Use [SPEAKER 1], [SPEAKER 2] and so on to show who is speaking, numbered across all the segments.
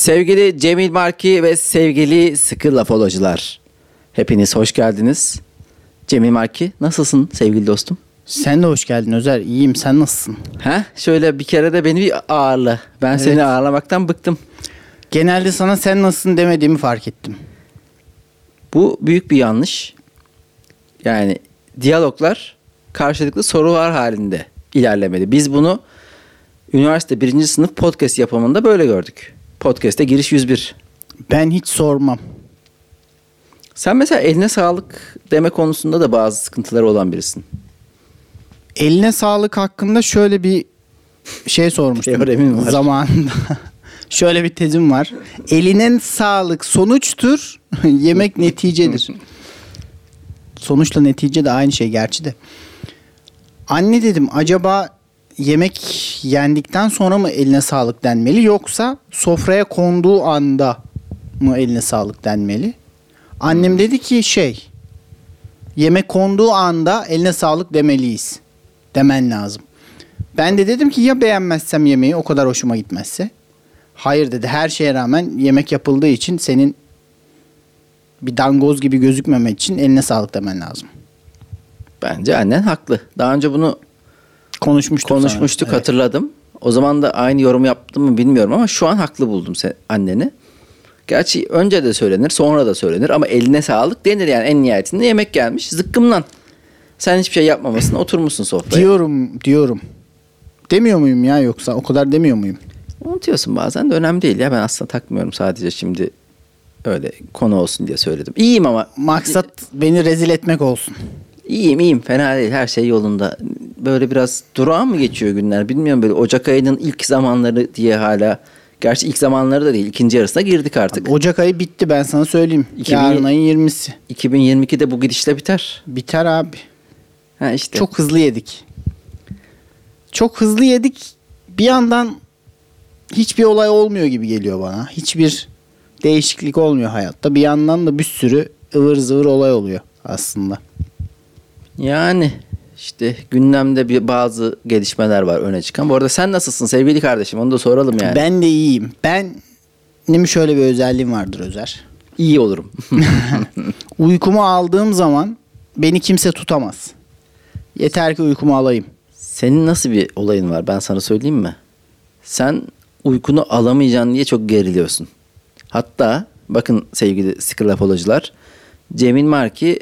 [SPEAKER 1] Sevgili Cemil Marki ve sevgili Sıkı Lafolacılar. Hepiniz hoş geldiniz. Cemil Marki, nasılsın sevgili dostum?
[SPEAKER 2] Sen de hoş geldin Özer. İyiyim, sen nasılsın?
[SPEAKER 1] Şöyle bir kere de beni bir ağırla. Ben seni ağırlamaktan bıktım.
[SPEAKER 2] Genelde sana sen nasılsın demediğimi fark ettim.
[SPEAKER 1] Bu büyük bir yanlış. Yani diyaloglar karşılıklı sorular halinde ilerlemeli. Biz bunu üniversite 1. sınıf podcast yapımında böyle gördük. Podcast'e giriş 101.
[SPEAKER 2] Ben hiç sormam.
[SPEAKER 1] Sen mesela eline sağlık deme konusunda da bazı sıkıntıları olan birisin.
[SPEAKER 2] Eline sağlık hakkında şöyle bir şey sormuştum.
[SPEAKER 1] Teoremin var.
[SPEAKER 2] Zamanında. Şöyle bir tezim var. Elinin sağlık sonuçtur, yemek neticedir. Sonuçla netice de aynı şey gerçi de. Anne dedim, acaba yemek yendikten sonra mı eline sağlık denmeli, yoksa sofraya konduğu anda mı eline sağlık denmeli? Annem dedi ki yemek konduğu anda eline sağlık demeliyiz. Demen lazım. Ben de dedim ki ya beğenmezsem yemeği, o kadar hoşuma gitmezse? Hayır dedi, her şeye rağmen yemek yapıldığı için senin bir dangoz gibi gözükmemen için eline sağlık demen lazım.
[SPEAKER 1] Bence annen haklı. Daha önce bunu konuşmuştuk
[SPEAKER 2] Evet.
[SPEAKER 1] Hatırladım. O zaman da aynı yorum yaptım mı bilmiyorum ama şu an haklı buldum anneni. Gerçi önce de söylenir, sonra da söylenir ama eline sağlık denir yani, en nihayetinde yemek gelmiş zıkkımlan. Sen hiçbir şey yapmamasın, oturmuşsun sofraya.
[SPEAKER 2] Diyorum. Demiyor muyum ya, yoksa o kadar demiyor muyum?
[SPEAKER 1] Unutuyorsun bazen de, önemli değil ya, ben aslında takmıyorum, sadece şimdi öyle konu olsun diye söyledim. İyiyim ama.
[SPEAKER 2] Maksat beni rezil etmek olsun.
[SPEAKER 1] İyiyim, fena değil, her şey yolunda. Böyle biraz durağan mı geçiyor günler bilmiyorum, böyle Ocak ayının ilk zamanları diye hala. Gerçi ilk zamanları da değil, ikinci yarısına girdik artık.
[SPEAKER 2] Abi, Ocak ayı bitti, ben sana söyleyeyim. Yarın ayın 20'si.
[SPEAKER 1] 2022'de bu gidişle biter.
[SPEAKER 2] Biter abi.
[SPEAKER 1] İşte.
[SPEAKER 2] Çok hızlı yedik. Çok hızlı yedik. Bir yandan hiçbir olay olmuyor gibi geliyor bana. Hiçbir değişiklik olmuyor hayatta. Bir yandan da bir sürü ıvır zıvır olay oluyor aslında.
[SPEAKER 1] Yani işte gündemde bazı gelişmeler var öne çıkan. Bu arada sen nasılsın sevgili kardeşim, onu da soralım yani.
[SPEAKER 2] Ben de iyiyim. Benim şöyle bir özelliğim vardır Özer.
[SPEAKER 1] İyi olurum.
[SPEAKER 2] Uykumu aldığım zaman beni kimse tutamaz. Yeter ki uykumu alayım.
[SPEAKER 1] Senin nasıl bir olayın var, ben sana söyleyeyim mi? Sen uykunu alamayacaksın diye çok geriliyorsun. Hatta bakın sevgili skilapolojılar, Cemil Marki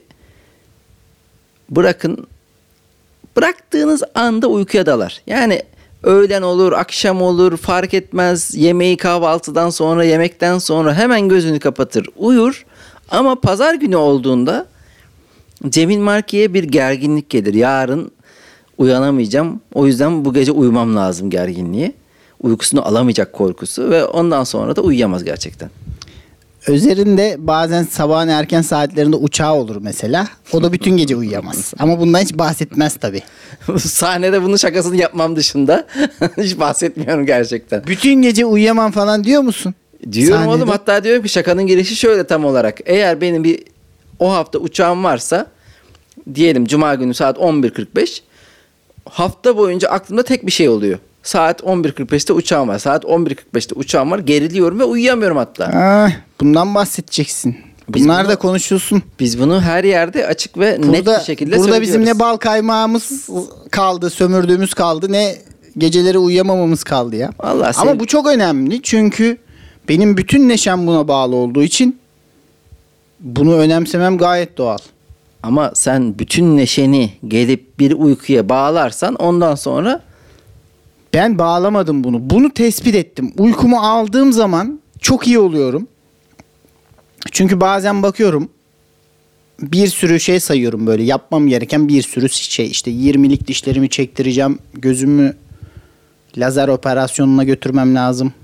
[SPEAKER 1] bıraktığınız anda uykuya dalar. Yani öğlen olur, akşam olur, fark etmez. Yemeği kahvaltıdan sonra, yemekten sonra hemen gözünü kapatır, uyur. Ama pazar günü olduğunda Cemil Marki'ye bir gerginlik gelir. Yarın uyanamayacağım, o yüzden bu gece uyumam lazım gerginliği. Uykusunu alamayacak korkusu ve ondan sonra da uyuyamaz gerçekten.
[SPEAKER 2] Özer'in de bazen sabahın erken saatlerinde uçağı olur mesela. O da bütün gece uyuyamaz. Ama bundan hiç bahsetmez tabii.
[SPEAKER 1] Sahnede bunun şakasını yapmam dışında hiç bahsetmiyorum gerçekten.
[SPEAKER 2] Bütün gece uyuyamam falan diyor musun?
[SPEAKER 1] Diyorum
[SPEAKER 2] Sahnede.
[SPEAKER 1] oğlum, hatta diyorum ki şakanın girişi şöyle tam olarak. Eğer benim o hafta uçağım varsa, diyelim cuma günü saat 11.45, hafta boyunca aklımda tek bir şey oluyor. Saat 11.45'te uçağım var. Saat 11.45'te uçağım var. Geriliyorum ve uyuyamıyorum hatta.
[SPEAKER 2] Bundan bahsedeceksin. Bunlar da konuşulsun.
[SPEAKER 1] Biz bunu her yerde açık ve net bir şekilde söylüyoruz.
[SPEAKER 2] Burada bizim ne bal kaymağımız kaldı, sömürdüğümüz kaldı, ne geceleri uyuyamamamız kaldı ya. Ama bu çok önemli, çünkü benim bütün neşem buna bağlı olduğu için bunu önemsemem gayet doğal.
[SPEAKER 1] Ama sen bütün neşeni gelip bir uykuya bağlarsan ondan sonra...
[SPEAKER 2] Ben bağlamadım bunu. Bunu tespit ettim. Uykumu aldığım zaman çok iyi oluyorum. Çünkü bazen bakıyorum, bir sürü şey sayıyorum böyle. Yapmam gereken bir sürü şey. İşte 20'lik dişlerimi çektireceğim. Gözümü lazer operasyonuna götürmem lazım.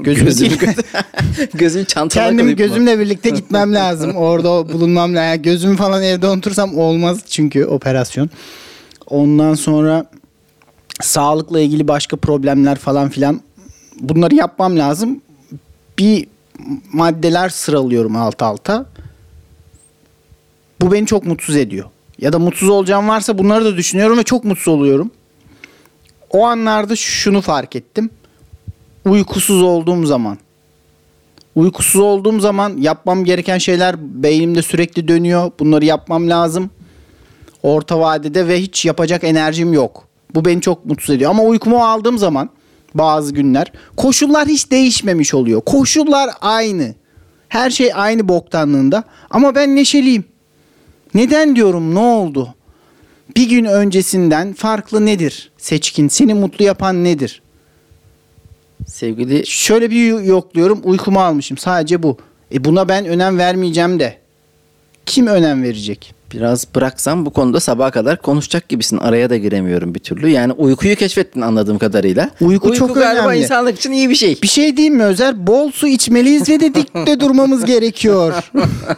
[SPEAKER 1] Gözüm çantama
[SPEAKER 2] Kendim gözümle birlikte gitmem lazım. Orada bulunmam lazım. Gözümü falan evde unutursam olmaz çünkü operasyon. Ondan sonra sağlıkla ilgili başka problemler falan filan, bunları yapmam lazım. Bir maddeler sıralıyorum alt alta. Bu beni çok mutsuz ediyor. Ya da mutsuz olacağım varsa bunları da düşünüyorum ve çok mutsuz oluyorum. O anlarda şunu fark ettim. Uykusuz olduğum zaman Uykusuz olduğum zaman yapmam gereken şeyler beynimde sürekli dönüyor. Bunları yapmam lazım. Orta vadede ve hiç yapacak enerjim yok. Bu beni çok mutsuz ediyor. Ama uykumu aldığım zaman bazı günler koşullar hiç değişmemiş oluyor. Koşullar aynı. Her şey aynı boktanlığında. Ama ben neşeliyim. Neden diyorum, ne oldu? Bir gün öncesinden farklı nedir? Seçkin, seni mutlu yapan nedir?
[SPEAKER 1] Sevgili
[SPEAKER 2] Şöyle bir yokluyorum, uykumu almışım. Sadece bu. Buna ben önem vermeyeceğim de. Kim önem verecek?
[SPEAKER 1] biraz bıraksam bu konuda sabaha kadar konuşacak gibisin. Araya da giremiyorum bir türlü. Yani uykuyu keşfettin anladığım kadarıyla.
[SPEAKER 2] Uyku çok
[SPEAKER 1] galiba
[SPEAKER 2] önemli.
[SPEAKER 1] insanlık için iyi bir şey.
[SPEAKER 2] Bir şey diyeyim mi Özer? Bol su içmeliyiz ve de dikte durmamız gerekiyor.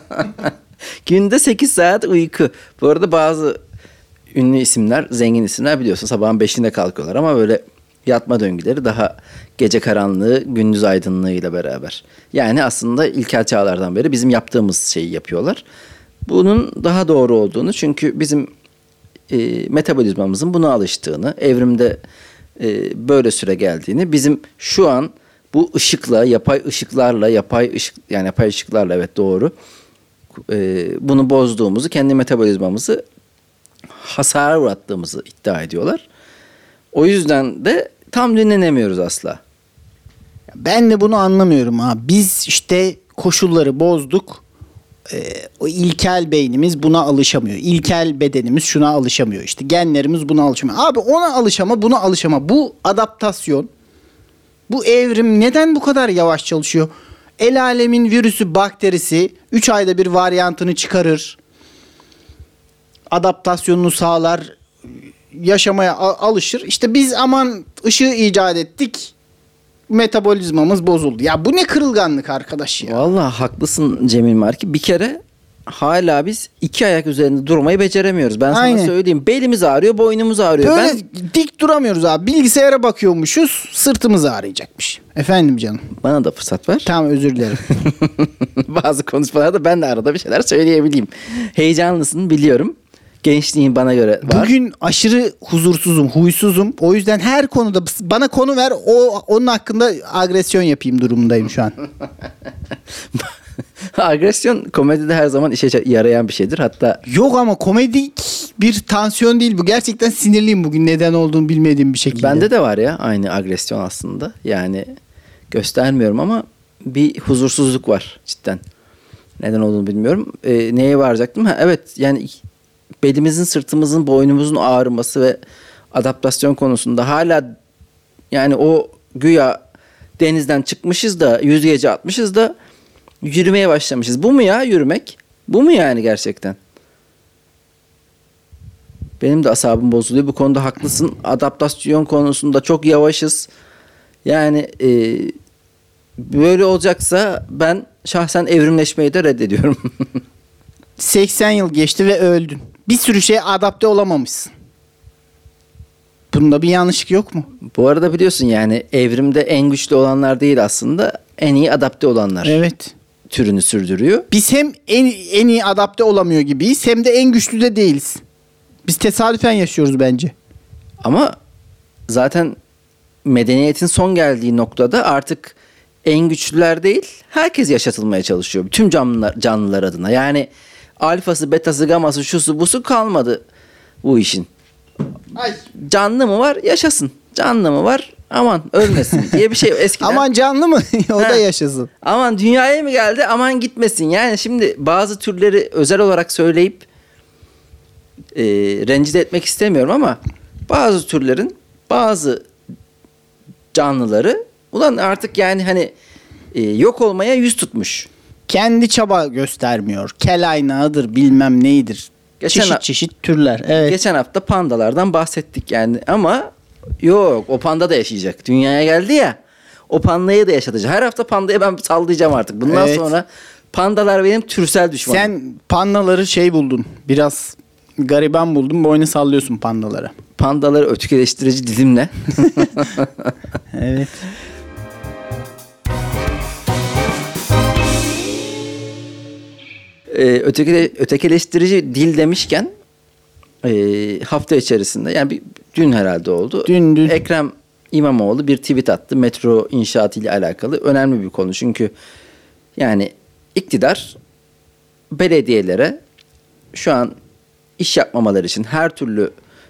[SPEAKER 1] Günde 8 saat uyku. Bu arada bazı ünlü isimler, zengin isimler biliyorsun sabahın 5'inde kalkıyorlar ama böyle yatma döngüleri daha gece karanlığı, gündüz aydınlığıyla beraber. Yani aslında ilkel çağlardan beri bizim yaptığımız şeyi yapıyorlar. Bunun daha doğru olduğunu, çünkü bizim metabolizmamızın buna alıştığını, evrimde böyle süre geldiğini, bizim şu an bu ışıkla, yapay ışıklarla evet doğru, bunu bozduğumuzu, kendi metabolizmamızı hasara uğrattığımızı iddia ediyorlar. O yüzden de tam dinlenemiyoruz asla.
[SPEAKER 2] Ben de bunu anlamıyorum ha. Biz işte koşulları bozduk. O ilkel beynimiz buna alışamıyor. İlkel bedenimiz şuna alışamıyor. İşte genlerimiz buna alışamıyor. Abi ona alışama, buna alışama. Bu adaptasyon, bu evrim neden bu kadar yavaş çalışıyor? El alemin virüsü, bakterisi 3 ayda bir varyantını çıkarır. Adaptasyonunu sağlar. Yaşamaya alışır. İşte biz aman ışığı icat ettik. Metabolizmamız bozuldu. Ya bu ne kırılganlık arkadaş ya.
[SPEAKER 1] Vallahi haklısın Cemil Marki. Bir kere hala biz 2 ayak üzerinde durmayı beceremiyoruz. Ben
[SPEAKER 2] Aynen.
[SPEAKER 1] sana söyleyeyim. Belimiz ağrıyor, boynumuz ağrıyor.
[SPEAKER 2] Böyle dik duramıyoruz abi. Bilgisayara bakıyormuşuz. Sırtımız ağrıyacakmış. Efendim canım.
[SPEAKER 1] Bana da fırsat ver.
[SPEAKER 2] Tamam, özür dilerim.
[SPEAKER 1] Bazı konuşmalarda ben de arada bir şeyler söyleyebileyim. Heyecanlısın biliyorum. Gençliğin bana göre var.
[SPEAKER 2] Bugün aşırı huzursuzum, huysuzum. O yüzden her konuda bana konu ver. Onun hakkında agresyon yapayım durumundayım şu an.
[SPEAKER 1] Agresyon komedide her zaman işe yarayan bir şeydir. Hatta
[SPEAKER 2] Yok ama komedik bir tansiyon değil bu. Gerçekten sinirliyim bugün, neden olduğunu bilmediğim bir şekilde.
[SPEAKER 1] bende de var ya aynı agresyon aslında. Yani göstermiyorum ama bir huzursuzluk var cidden. Neden olduğunu bilmiyorum. Neye varacaktım? Evet yani belimizin, sırtımızın, boynumuzun ağrıması ve adaptasyon konusunda hala yani o güya denizden çıkmışız da yüzgeci atmışız da yürümeye başlamışız. Bu mu ya yürümek? Bu mu yani gerçekten? Benim de asabım bozuluyor. Bu konuda haklısın. Adaptasyon konusunda çok yavaşız. Yani böyle olacaksa ben şahsen evrimleşmeyi de reddediyorum.
[SPEAKER 2] 80 yıl geçti ve öldün. Bir sürü şeye adapte olamamışsın. Bunda bir yanlışlık yok mu?
[SPEAKER 1] Bu arada biliyorsun yani evrimde en güçlü olanlar değil aslında, en iyi adapte olanlar
[SPEAKER 2] Evet.
[SPEAKER 1] türünü sürdürüyor.
[SPEAKER 2] Biz hem en iyi adapte olamıyor gibiyiz, hem de en güçlü de değiliz. Biz tesadüfen yaşıyoruz bence.
[SPEAKER 1] Ama zaten medeniyetin son geldiği noktada artık en güçlüler değil, herkes yaşatılmaya çalışıyor. Tüm canlılar adına. Yani alfası, betası, gaması, şusu, busu kalmadı bu işin.
[SPEAKER 2] Ay.
[SPEAKER 1] Canlı mı var? Yaşasın. Canlı mı var? Aman ölmesin diye bir şey eskiden.
[SPEAKER 2] Aman canlı mı? O da yaşasın.
[SPEAKER 1] Aman dünyaya mı geldi? Aman gitmesin. Yani şimdi bazı türleri özel olarak söyleyip rencide etmek istemiyorum ama bazı türlerin bazı canlıları ulan artık yani hani yok olmaya yüz tutmuş.
[SPEAKER 2] Kendi çaba göstermiyor. Kel aynağıdır, bilmem neydir. Çeşit türler. Evet.
[SPEAKER 1] Geçen hafta pandalardan bahsettik yani ama yok, o panda da yaşayacak. Dünyaya geldi ya. O pandayı da yaşatacak. Her hafta pandayı ben sallayacağım artık. Bundan
[SPEAKER 2] Evet.
[SPEAKER 1] sonra pandalar benim türsel düşmanım.
[SPEAKER 2] Sen pandaları şey buldun. Biraz gariban buldun. Boynu sallıyorsun pandalara.
[SPEAKER 1] Pandaları ötekileştirici dilimle.
[SPEAKER 2] Evet.
[SPEAKER 1] Ötekileştirici dil demişken hafta içerisinde yani dün herhalde oldu.
[SPEAKER 2] Dün.
[SPEAKER 1] Ekrem İmamoğlu bir tweet attı. Metro inşaatı ile alakalı önemli bir konu. Çünkü Yani iktidar belediyelere şu an iş yapmamaları için her türlü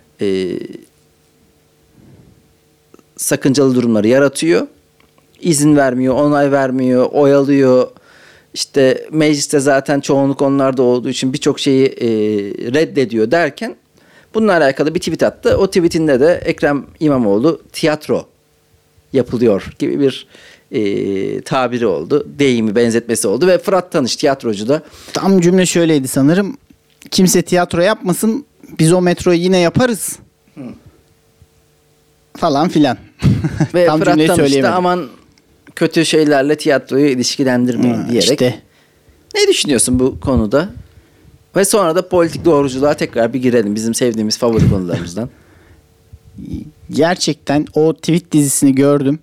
[SPEAKER 1] sakıncalı durumları yaratıyor. İzin vermiyor, onay vermiyor, oyalıyor. İşte mecliste zaten çoğunluk onlarda olduğu için birçok şeyi reddediyor derken bununla alakalı bir tweet attı. O tweetinde de Ekrem İmamoğlu tiyatro yapılıyor gibi bir tabiri oldu. Deyimi, benzetmesi oldu ve Fırat Tanış tiyatrocu da.
[SPEAKER 2] Tam cümle şöyleydi sanırım. Kimse tiyatro yapmasın. Biz o metroyu yine yaparız. Falan filan.
[SPEAKER 1] Ve
[SPEAKER 2] Tam
[SPEAKER 1] Fırat
[SPEAKER 2] cümleyi
[SPEAKER 1] Tanış da
[SPEAKER 2] söyleyemedim.
[SPEAKER 1] aman kötü şeylerle tiyatroyu ilişkilendirmeyin diyerek.
[SPEAKER 2] İşte.
[SPEAKER 1] Ne düşünüyorsun bu konuda? Ve sonra da politik doğruculuğa tekrar bir girelim. Bizim sevdiğimiz favori konularımızdan.
[SPEAKER 2] Gerçekten o tweet dizisini gördüm.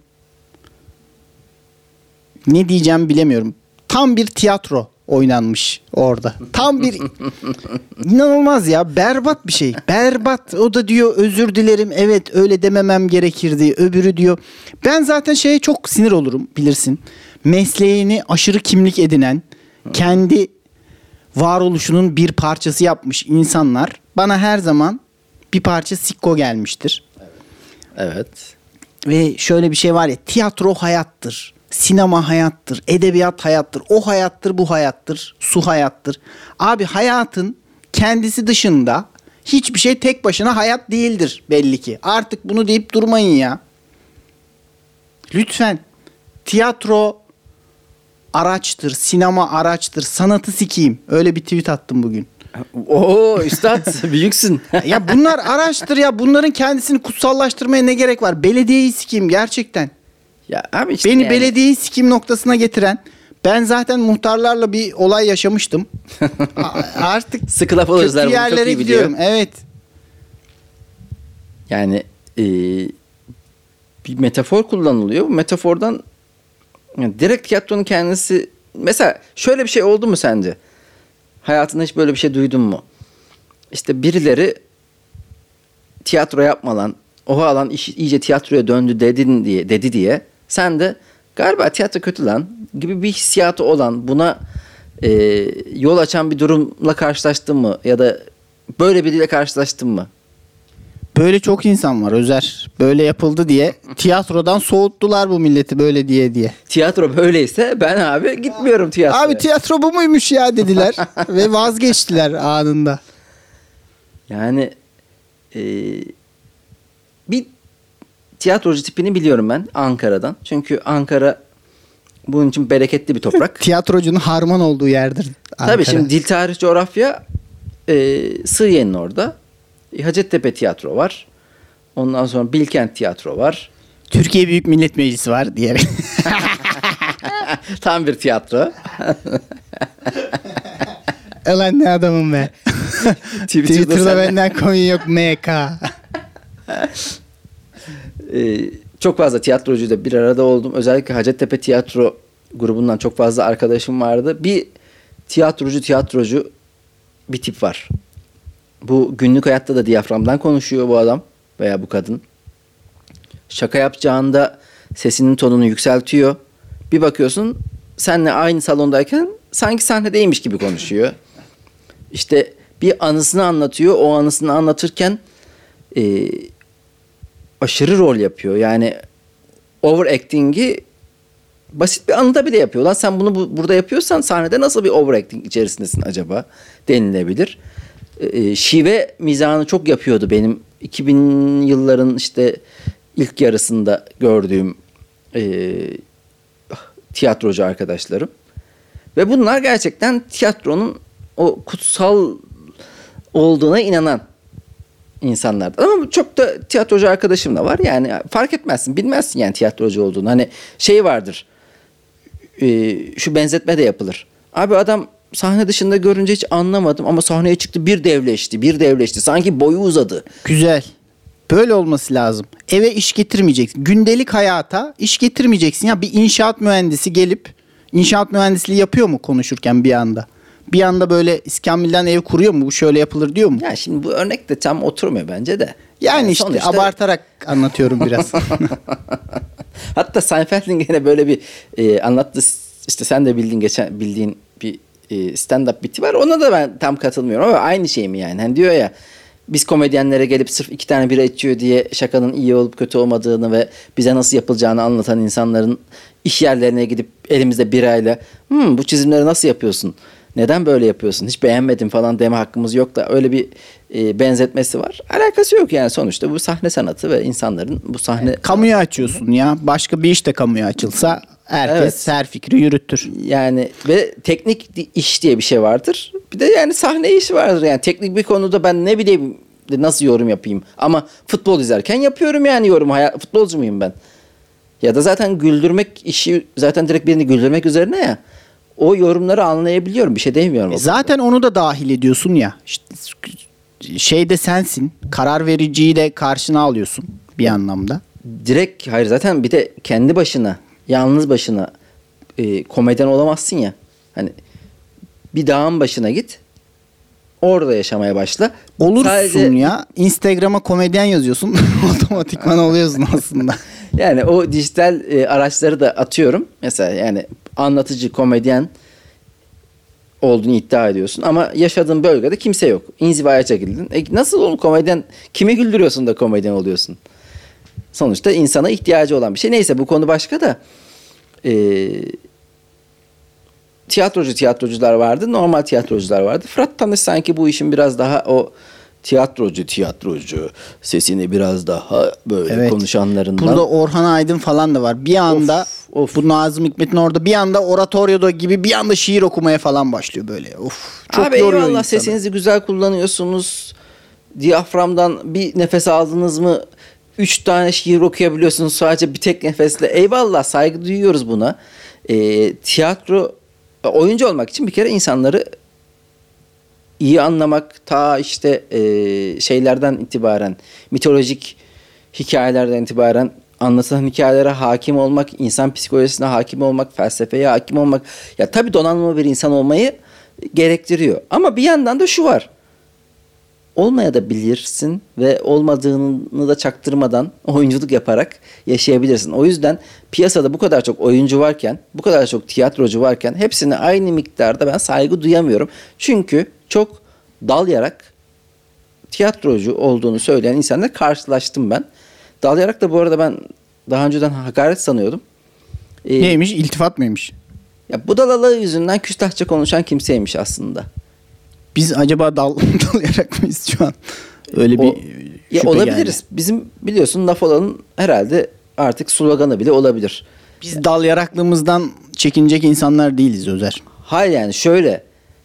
[SPEAKER 2] Ne diyeceğim bilemiyorum. Tam bir tiyatro oynanmış orada. Tam bir inanılmaz ya. Berbat bir şey. Berbat. O da diyor özür dilerim. Evet öyle dememem gerekirdi. Öbürü diyor. Ben zaten şeye çok sinir olurum bilirsin. Mesleğini aşırı kimlik edinen, kendi varoluşunun bir parçası yapmış insanlar bana her zaman bir parça sikko gelmiştir.
[SPEAKER 1] Evet.
[SPEAKER 2] Ve şöyle bir şey var ya, tiyatro hayattır. Sinema hayattır. Edebiyat hayattır. O hayattır, bu hayattır. Su hayattır. Abi hayatın kendisi dışında hiçbir şey tek başına hayat değildir belli ki. Artık bunu deyip durmayın ya. Lütfen. Tiyatro araçtır. Sinema araçtır. Sanatı sikeyim. Öyle bir tweet attım bugün.
[SPEAKER 1] Oo üstad büyüksün.
[SPEAKER 2] Ya bunlar araçtır ya. Bunların kendisini kutsallaştırmaya ne gerek var? Belediyeyi sikeyim gerçekten.
[SPEAKER 1] Ya abi işte
[SPEAKER 2] Beni
[SPEAKER 1] yani.
[SPEAKER 2] belediyeyi sikim noktasına getiren, ben zaten muhtarlarla bir olay yaşamıştım. Artık
[SPEAKER 1] Sıkı laf
[SPEAKER 2] kötü
[SPEAKER 1] alırlar bunu çok
[SPEAKER 2] yerlere
[SPEAKER 1] iyi
[SPEAKER 2] gidiyorum.
[SPEAKER 1] biliyor.
[SPEAKER 2] Evet.
[SPEAKER 1] Yani bir metafor kullanılıyor. Bu metafordan yani direkt tiyatronun kendisi, mesela şöyle bir şey oldu mu sence? Hayatında hiç böyle bir şey duydun mu? İşte birileri tiyatro yapma lan, o alan iyice tiyatroya döndü dedi diye sen de galiba tiyatro kötü lan gibi bir hissiyatı olan, buna yol açan bir durumla karşılaştın mı? Ya da böyle biriyle karşılaştın mı?
[SPEAKER 2] Böyle çok insan var Özer. Böyle yapıldı diye tiyatrodan soğuttular bu milleti böyle diye.
[SPEAKER 1] Tiyatro böyleyse ben abi gitmiyorum tiyatroya.
[SPEAKER 2] Abi tiyatro bu muymuş ya dediler ve vazgeçtiler anında.
[SPEAKER 1] Yani bir tiyatrocu tipini biliyorum ben Ankara'dan. Çünkü Ankara bunun için bereketli bir toprak.
[SPEAKER 2] Tiyatrocunun harman olduğu yerdir Ankara.
[SPEAKER 1] Tabii şimdi dil, tarih, coğrafya Sığıyen'in orada. Hacettepe Tiyatro var. Ondan sonra Bilkent Tiyatro var.
[SPEAKER 2] Türkiye Büyük Millet Meclisi var diyerek.
[SPEAKER 1] Tam bir tiyatro.
[SPEAKER 2] Ulan ne adamım be. Twitter'da benden koyun yok MK.
[SPEAKER 1] Çok fazla tiyatrocuyla bir arada oldum. Özellikle Hacettepe Tiyatro grubundan çok fazla arkadaşım vardı. Bir tiyatrocu bir tip var. Bu günlük hayatta da diyaframdan konuşuyor bu adam veya bu kadın. Şaka yapacağında sesinin tonunu yükseltiyor. Bir bakıyorsun seninle aynı salondayken sanki sahnedeymiş gibi konuşuyor. İşte bir anısını anlatıyor. O anısını anlatırken aşırı rol yapıyor. Yani overacting'i basit bir anıda bile yapıyor. Lan sen bunu burada yapıyorsan sahnede nasıl bir overacting içerisindesin acaba denilebilir. Şive mizahını çok yapıyordu benim 2000 yılların işte ilk yarısında gördüğüm tiyatrocu arkadaşlarım. Ve bunlar gerçekten tiyatronun o kutsal olduğuna inanan insanlar. Ama çok da tiyatrocu arkadaşım da var. Yani fark etmezsin, bilmezsin yani tiyatrocu olduğunu. Hani şey vardır, şu benzetme de yapılır. Abi adam sahne dışında görünce hiç anlamadım ama sahneye çıktı bir devleşti. Sanki boyu uzadı.
[SPEAKER 2] Güzel. Böyle olması lazım. Eve iş getirmeyeceksin. Gündelik hayata iş getirmeyeceksin. Ya bir inşaat mühendisi gelip inşaat mühendisliği yapıyor mu konuşurken bir anda? Bir anda böyle iskambilden ev kuruyor mu? Bu şöyle yapılır diyor mu?
[SPEAKER 1] Ya şimdi bu örnek de tam oturmuyor bence de.
[SPEAKER 2] Yani işte
[SPEAKER 1] sonuçta...
[SPEAKER 2] abartarak anlatıyorum biraz.
[SPEAKER 1] Hatta Seinfeld'in gene böyle bir anlattığı işte sen de bildiğin bir stand-up biti var. Ona da ben tam katılmıyorum ama aynı şey mi yani? Hani diyor ya, biz komedyenlere gelip sırf 2 tane bira içiyor diye şakanın iyi olup kötü olmadığını ve bize nasıl yapılacağını anlatan insanların iş yerlerine gidip elimizde birayla bu çizimleri nasıl yapıyorsun? Neden böyle yapıyorsun? Hiç beğenmedim falan deme hakkımız yok da öyle bir benzetmesi var. Alakası yok yani, sonuçta bu sahne sanatı ve insanların bu sahne...
[SPEAKER 2] Kamuya açıyorsun ya. Başka bir iş de kamuya açılsa herkes her fikri yürütür.
[SPEAKER 1] Yani ve teknik iş diye bir şey vardır. Bir de yani sahne işi vardır. Yani teknik bir konuda ben ne bileyim nasıl yorum yapayım. Ama futbol izlerken yapıyorum yani yorumu. Futbolcu muyum ben? Ya da zaten güldürmek işi zaten direkt birini güldürmek üzerine ya. O yorumları anlayabiliyorum. Bir şey demiyorum.
[SPEAKER 2] Zaten onu da dahil ediyorsun ya. İşte şeyde sensin. Karar vericiyi de karşına alıyorsun bir anlamda.
[SPEAKER 1] Direkt hayır, zaten bir de kendi başına, yalnız başına komedyen olamazsın ya. Hani bir dağın başına git. Orada yaşamaya başla.
[SPEAKER 2] Olursun sadece... ya. Instagram'a komedyen yazıyorsun. Otomatikman oluyorsun aslında.
[SPEAKER 1] Yani o dijital araçları da atıyorum. Mesela yani anlatıcı, komedyen olduğunu iddia ediyorsun. Ama yaşadığın bölgede kimse yok. İnzivaya çekildin. Nasıl oğlum komedyen? Kimi güldürüyorsun da komedyen oluyorsun? Sonuçta insana ihtiyacı olan bir şey. Neyse, bu konu başka da. Tiyatrocular vardı. Normal tiyatrocular vardı. Fırat Tanış sanki bu işin biraz daha o tiyatrocu sesini biraz daha böyle konuşanlarından.
[SPEAKER 2] Burada Orhan Aydın falan da var. Bir anda bu Nazım Hikmet'in orada bir anda oratoryoda gibi bir anda şiir okumaya falan başlıyor böyle. Çok
[SPEAKER 1] abi
[SPEAKER 2] yoruyor
[SPEAKER 1] eyvallah,
[SPEAKER 2] insanı.
[SPEAKER 1] sesinizi güzel kullanıyorsunuz. Diyaframdan bir nefes aldınız mı 3 tane şiir okuyabiliyorsunuz sadece bir tek nefesle. Eyvallah, saygı duyuyoruz buna. Tiyatro, oyuncu olmak için bir kere insanları iyi anlamak, ta işte şeylerden itibaren, mitolojik hikayelerden itibaren anlatılan hikayelere hakim olmak, insan psikolojisine hakim olmak, felsefeye hakim olmak. Ya tabii donanımlı bir insan olmayı gerektiriyor. Ama bir yandan da şu var. Olmaya da bilirsin ve olmadığını da çaktırmadan oyunculuk yaparak yaşayabilirsin. O yüzden piyasada bu kadar çok oyuncu varken, bu kadar çok tiyatrocu varken hepsine aynı miktarda ben saygı duyamıyorum. Çünkü çok dal yarak tiyatrocu olduğunu söyleyen insanlarla karşılaştım ben. Dal yarak da bu arada ben daha önceden hakaret sanıyordum.
[SPEAKER 2] Neymiş? İltifat mıymış?
[SPEAKER 1] Ya budalalığı yüzünden küstahça konuşan kimseymiş aslında.
[SPEAKER 2] Biz acaba dalayarak mıyız şu an? Öyle bir şüphe
[SPEAKER 1] olabiliriz.
[SPEAKER 2] geldi.
[SPEAKER 1] Bizim biliyorsun laf olanın herhalde artık sloganı bile olabilir.
[SPEAKER 2] Biz dal yaraklığımızdan çekinecek insanlar değiliz Özer.
[SPEAKER 1] Hayır yani şöyle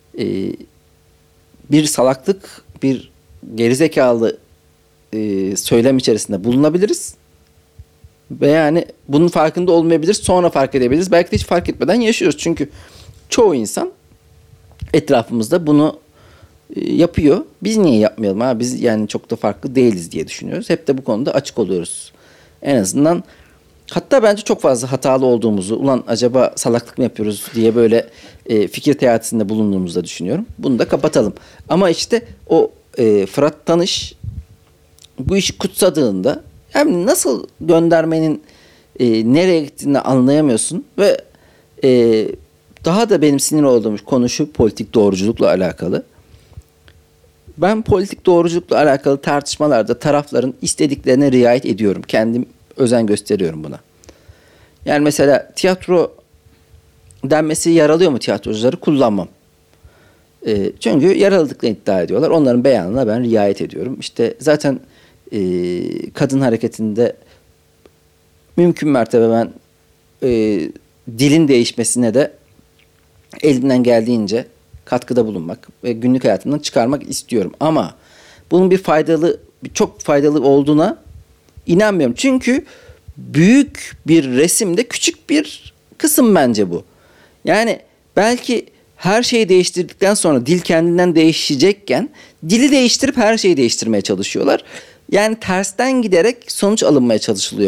[SPEAKER 1] bir salaklık, bir gerizekalı söylem içerisinde bulunabiliriz. Ve yani bunun farkında olmayabiliriz. Sonra fark edebiliriz. Belki de hiç fark etmeden yaşıyoruz. Çünkü çoğu insan etrafımızda bunu yapıyor. Biz niye yapmayalım ha? Biz yani çok da farklı değiliz diye düşünüyoruz. Hep de bu konuda açık oluyoruz. En azından, hatta bence çok fazla hatalı olduğumuzu, ulan acaba salaklık mı yapıyoruz diye böyle fikir teatisinde bulunduğumuzu da düşünüyorum. Bunu da kapatalım. Ama işte o Fırat Tanış bu işi kutsadığında hem nasıl göndermenin nereye gittiğini anlayamıyorsun ve daha da benim sinir olduğum konu şu: politik doğruculukla alakalı. Ben politik doğruculukla alakalı tartışmalarda tarafların istediklerine riayet ediyorum. Kendim özen gösteriyorum buna. Yani mesela tiyatro denmesi yaralıyor mu tiyatrocuları? Kullanmam. Çünkü yaraladıklarını iddia ediyorlar. Onların beyanına ben riayet ediyorum. İşte zaten kadın hareketinde mümkün mertebe ben dilin değişmesine de elinden geldiğince katkıda bulunmak ve günlük hayatından çıkarmak istiyorum. Ama bunun çok faydalı olduğuna inanmıyorum. Çünkü büyük bir resimde küçük bir kısım bence bu. Yani belki her şeyi değiştirdikten sonra dil kendinden değişecekken dili değiştirip her şeyi değiştirmeye çalışıyorlar. Yani tersten giderek sonuç alınmaya çalışılıyor.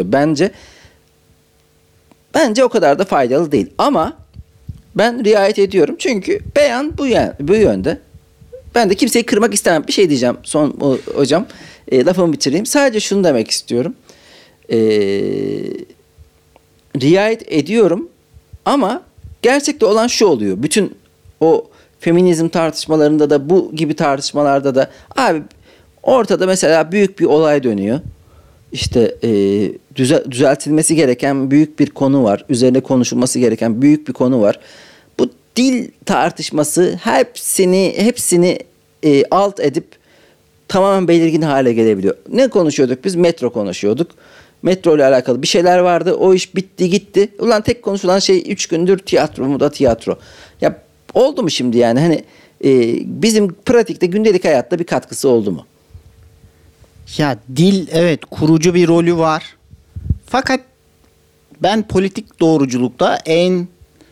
[SPEAKER 1] Bence o kadar da faydalı değil. Ama ben riayet ediyorum. Çünkü beyan bu yönde. Ben de kimseyi kırmak istemem. Bir şey diyeceğim hocam. Lafımı bitireyim. Sadece şunu demek istiyorum. Riayet ediyorum ama gerçekte olan şu oluyor. Bütün o feminizm tartışmalarında da bu gibi tartışmalarda da abi ortada mesela büyük bir olay dönüyor. İşte düzeltilmesi gereken büyük bir konu var. Üzerine konuşulması gereken büyük bir konu var. Bu dil tartışması hepsini alt edip tamamen belirgin hale gelebiliyor. Ne konuşuyorduk biz? Metro konuşuyorduk. Metro ile alakalı bir şeyler vardı. O iş bitti gitti. Ulan tek konuşulan şey 3 gündür tiyatro mu da tiyatro. Ya oldu mu şimdi yani? Hani bizim pratikte gündelik hayatta bir katkısı oldu mu?
[SPEAKER 2] Ya dil evet kurucu bir rolü var. Fakat ben politik doğruculukta en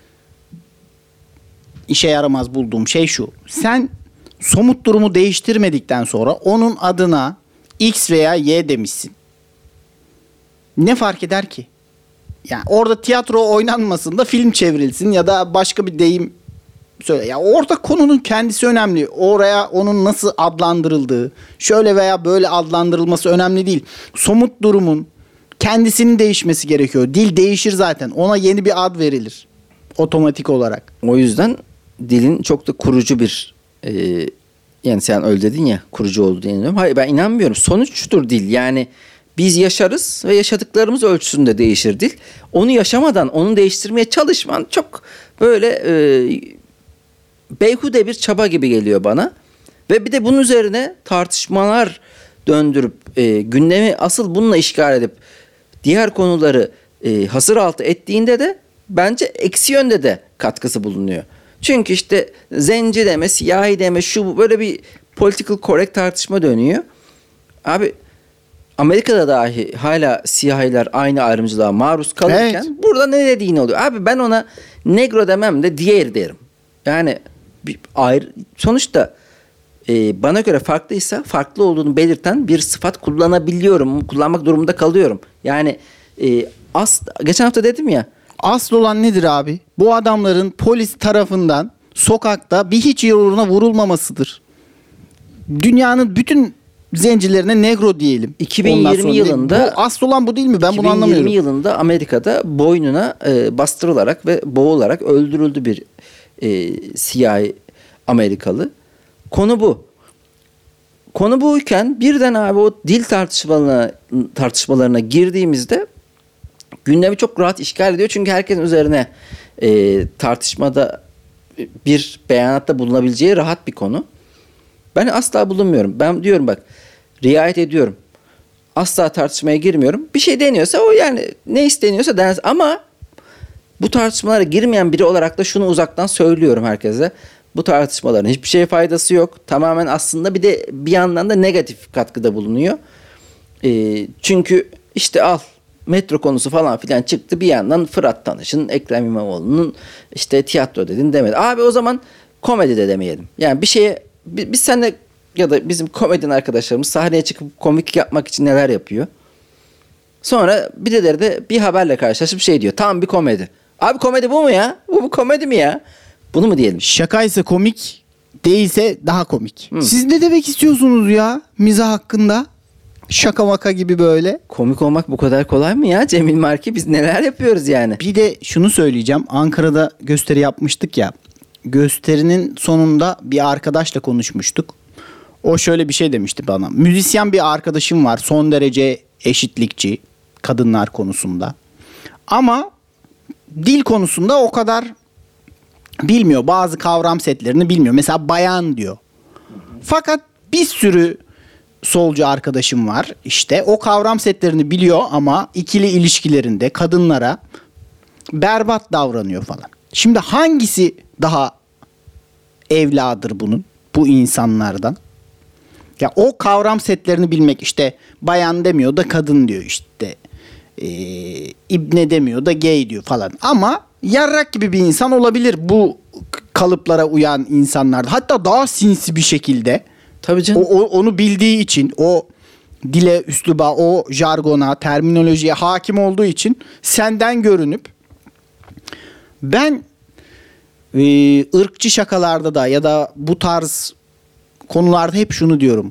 [SPEAKER 2] işe yaramaz bulduğum şey şu. Sen somut durumu değiştirmedikten sonra onun adına X veya Y demişsin. Ne fark eder ki? Yani orada tiyatro oynanmasın da film çevrilsin ya da başka bir deyim söyle. Ya orada konunun kendisi önemli. Oraya onun nasıl adlandırıldığı, şöyle veya böyle adlandırılması önemli değil. Somut durumun kendisinin değişmesi gerekiyor. Dil değişir zaten. Ona yeni bir ad verilir. Otomatik olarak.
[SPEAKER 1] O yüzden dilin çok da kurucu bir yani sen öyle dedin ya kurucu oldu diye inanıyorum. Hayır ben inanmıyorum. Sonuçtur dil. Yani biz yaşarız ve yaşadıklarımız ölçüsünde değişir dil. Onu yaşamadan onu değiştirmeye çalışman çok böyle beyhude bir çaba gibi geliyor bana. Ve bir de bunun üzerine tartışmalar döndürüp gündemi asıl bununla işgal edip diğer konuları hasır altı ettiğinde de bence eksi yönde de katkısı bulunuyor. Çünkü işte zenci deme, siyahi deme şu böyle bir political correct tartışma dönüyor. Abi Amerika'da dahi hala siyahiler aynı ayrımcılığa maruz kalırken burada ne dediğin oluyor. Abi ben ona negro demem de diğer derim. Yani sonuçta bana göre farklıysa farklı olduğunu belirten bir sıfat kullanabiliyorum. Kullanmak durumunda kalıyorum. Yani geçen hafta dedim ya.
[SPEAKER 2] Asıl olan nedir abi? Bu adamların polis tarafından sokakta bir hiç uğruna vurulmamasıdır. Dünyanın bütün zencilerine negro diyelim.
[SPEAKER 1] 2020 yılında
[SPEAKER 2] bu asıl olan bu değil mi? Ben bunu anlamıyorum.
[SPEAKER 1] 2020 yılında Amerika'da boynuna bastırılarak ve boğularak öldürüldü bir siyahi Amerikalı. Konu bu. Konu buyken birden abi o dil tartışmalarına girdiğimizde gündemi çok rahat işgal ediyor. Çünkü herkesin üzerine tartışmada bir beyanatta bulunabileceği rahat bir konu. Ben asla bulunmuyorum. Ben diyorum bak riayet ediyorum. Asla tartışmaya girmiyorum. Bir şey deniyorsa o yani ne isteniyorsa densin. Ama bu tartışmalara girmeyen biri olarak da şunu uzaktan söylüyorum herkese. Bu tartışmaların hiçbir şeye faydası yok. Tamamen aslında bir yandan da negatif katkıda bulunuyor. Çünkü işte al metro konusu falan filan çıktı. Bir yandan Fırat Tanış'ın, Ekrem İmamoğlu'nun işte tiyatro dedin demedi. Abi o zaman komedi de demeyelim. Yani bir şeye biz seninle ya da bizim komedyen arkadaşlarımız sahneye çıkıp komik yapmak için neler yapıyor. Sonra birileri de bir haberle karşılaşıp şey diyor. Tam bir komedi. Abi komedi bu mu ya? Bu komedi mi ya? Bunu mu diyelim?
[SPEAKER 2] Şakaysa komik, değilse daha komik. Siz ne demek istiyorsunuz ya mizah hakkında? Şaka maka gibi böyle.
[SPEAKER 1] Komik olmak bu kadar kolay mı ya Cemil Marki? Biz neler yapıyoruz yani?
[SPEAKER 2] Bir de şunu söyleyeceğim. Ankara'da gösteri yapmıştık ya. Gösterinin sonunda bir arkadaşla konuşmuştuk. O şöyle bir şey demişti bana. Müzisyen bir arkadaşım var. Son derece eşitlikçi kadınlar konusunda. Ama dil konusunda o kadar bilmiyor. Bazı kavram setlerini bilmiyor. Mesela bayan diyor. Fakat bir sürü solcu arkadaşım var. İşte o kavram setlerini biliyor ama ikili ilişkilerinde kadınlara berbat davranıyor falan. Şimdi hangisi daha evladır bunun? Bu insanlardan. Ya o kavram setlerini bilmek işte bayan demiyor da kadın diyor işte. İbne demiyor da gay diyor falan. Ama yarrak gibi bir insan olabilir bu kalıplara uyan insanlar. Hatta daha sinsi bir şekilde.
[SPEAKER 1] Tabii canım.
[SPEAKER 2] Onu bildiği için o dile, üsluba, o jargona, terminolojiye hakim olduğu için senden görünüp ben ırkçı şakalarda da ya da bu tarz konularda hep şunu diyorum.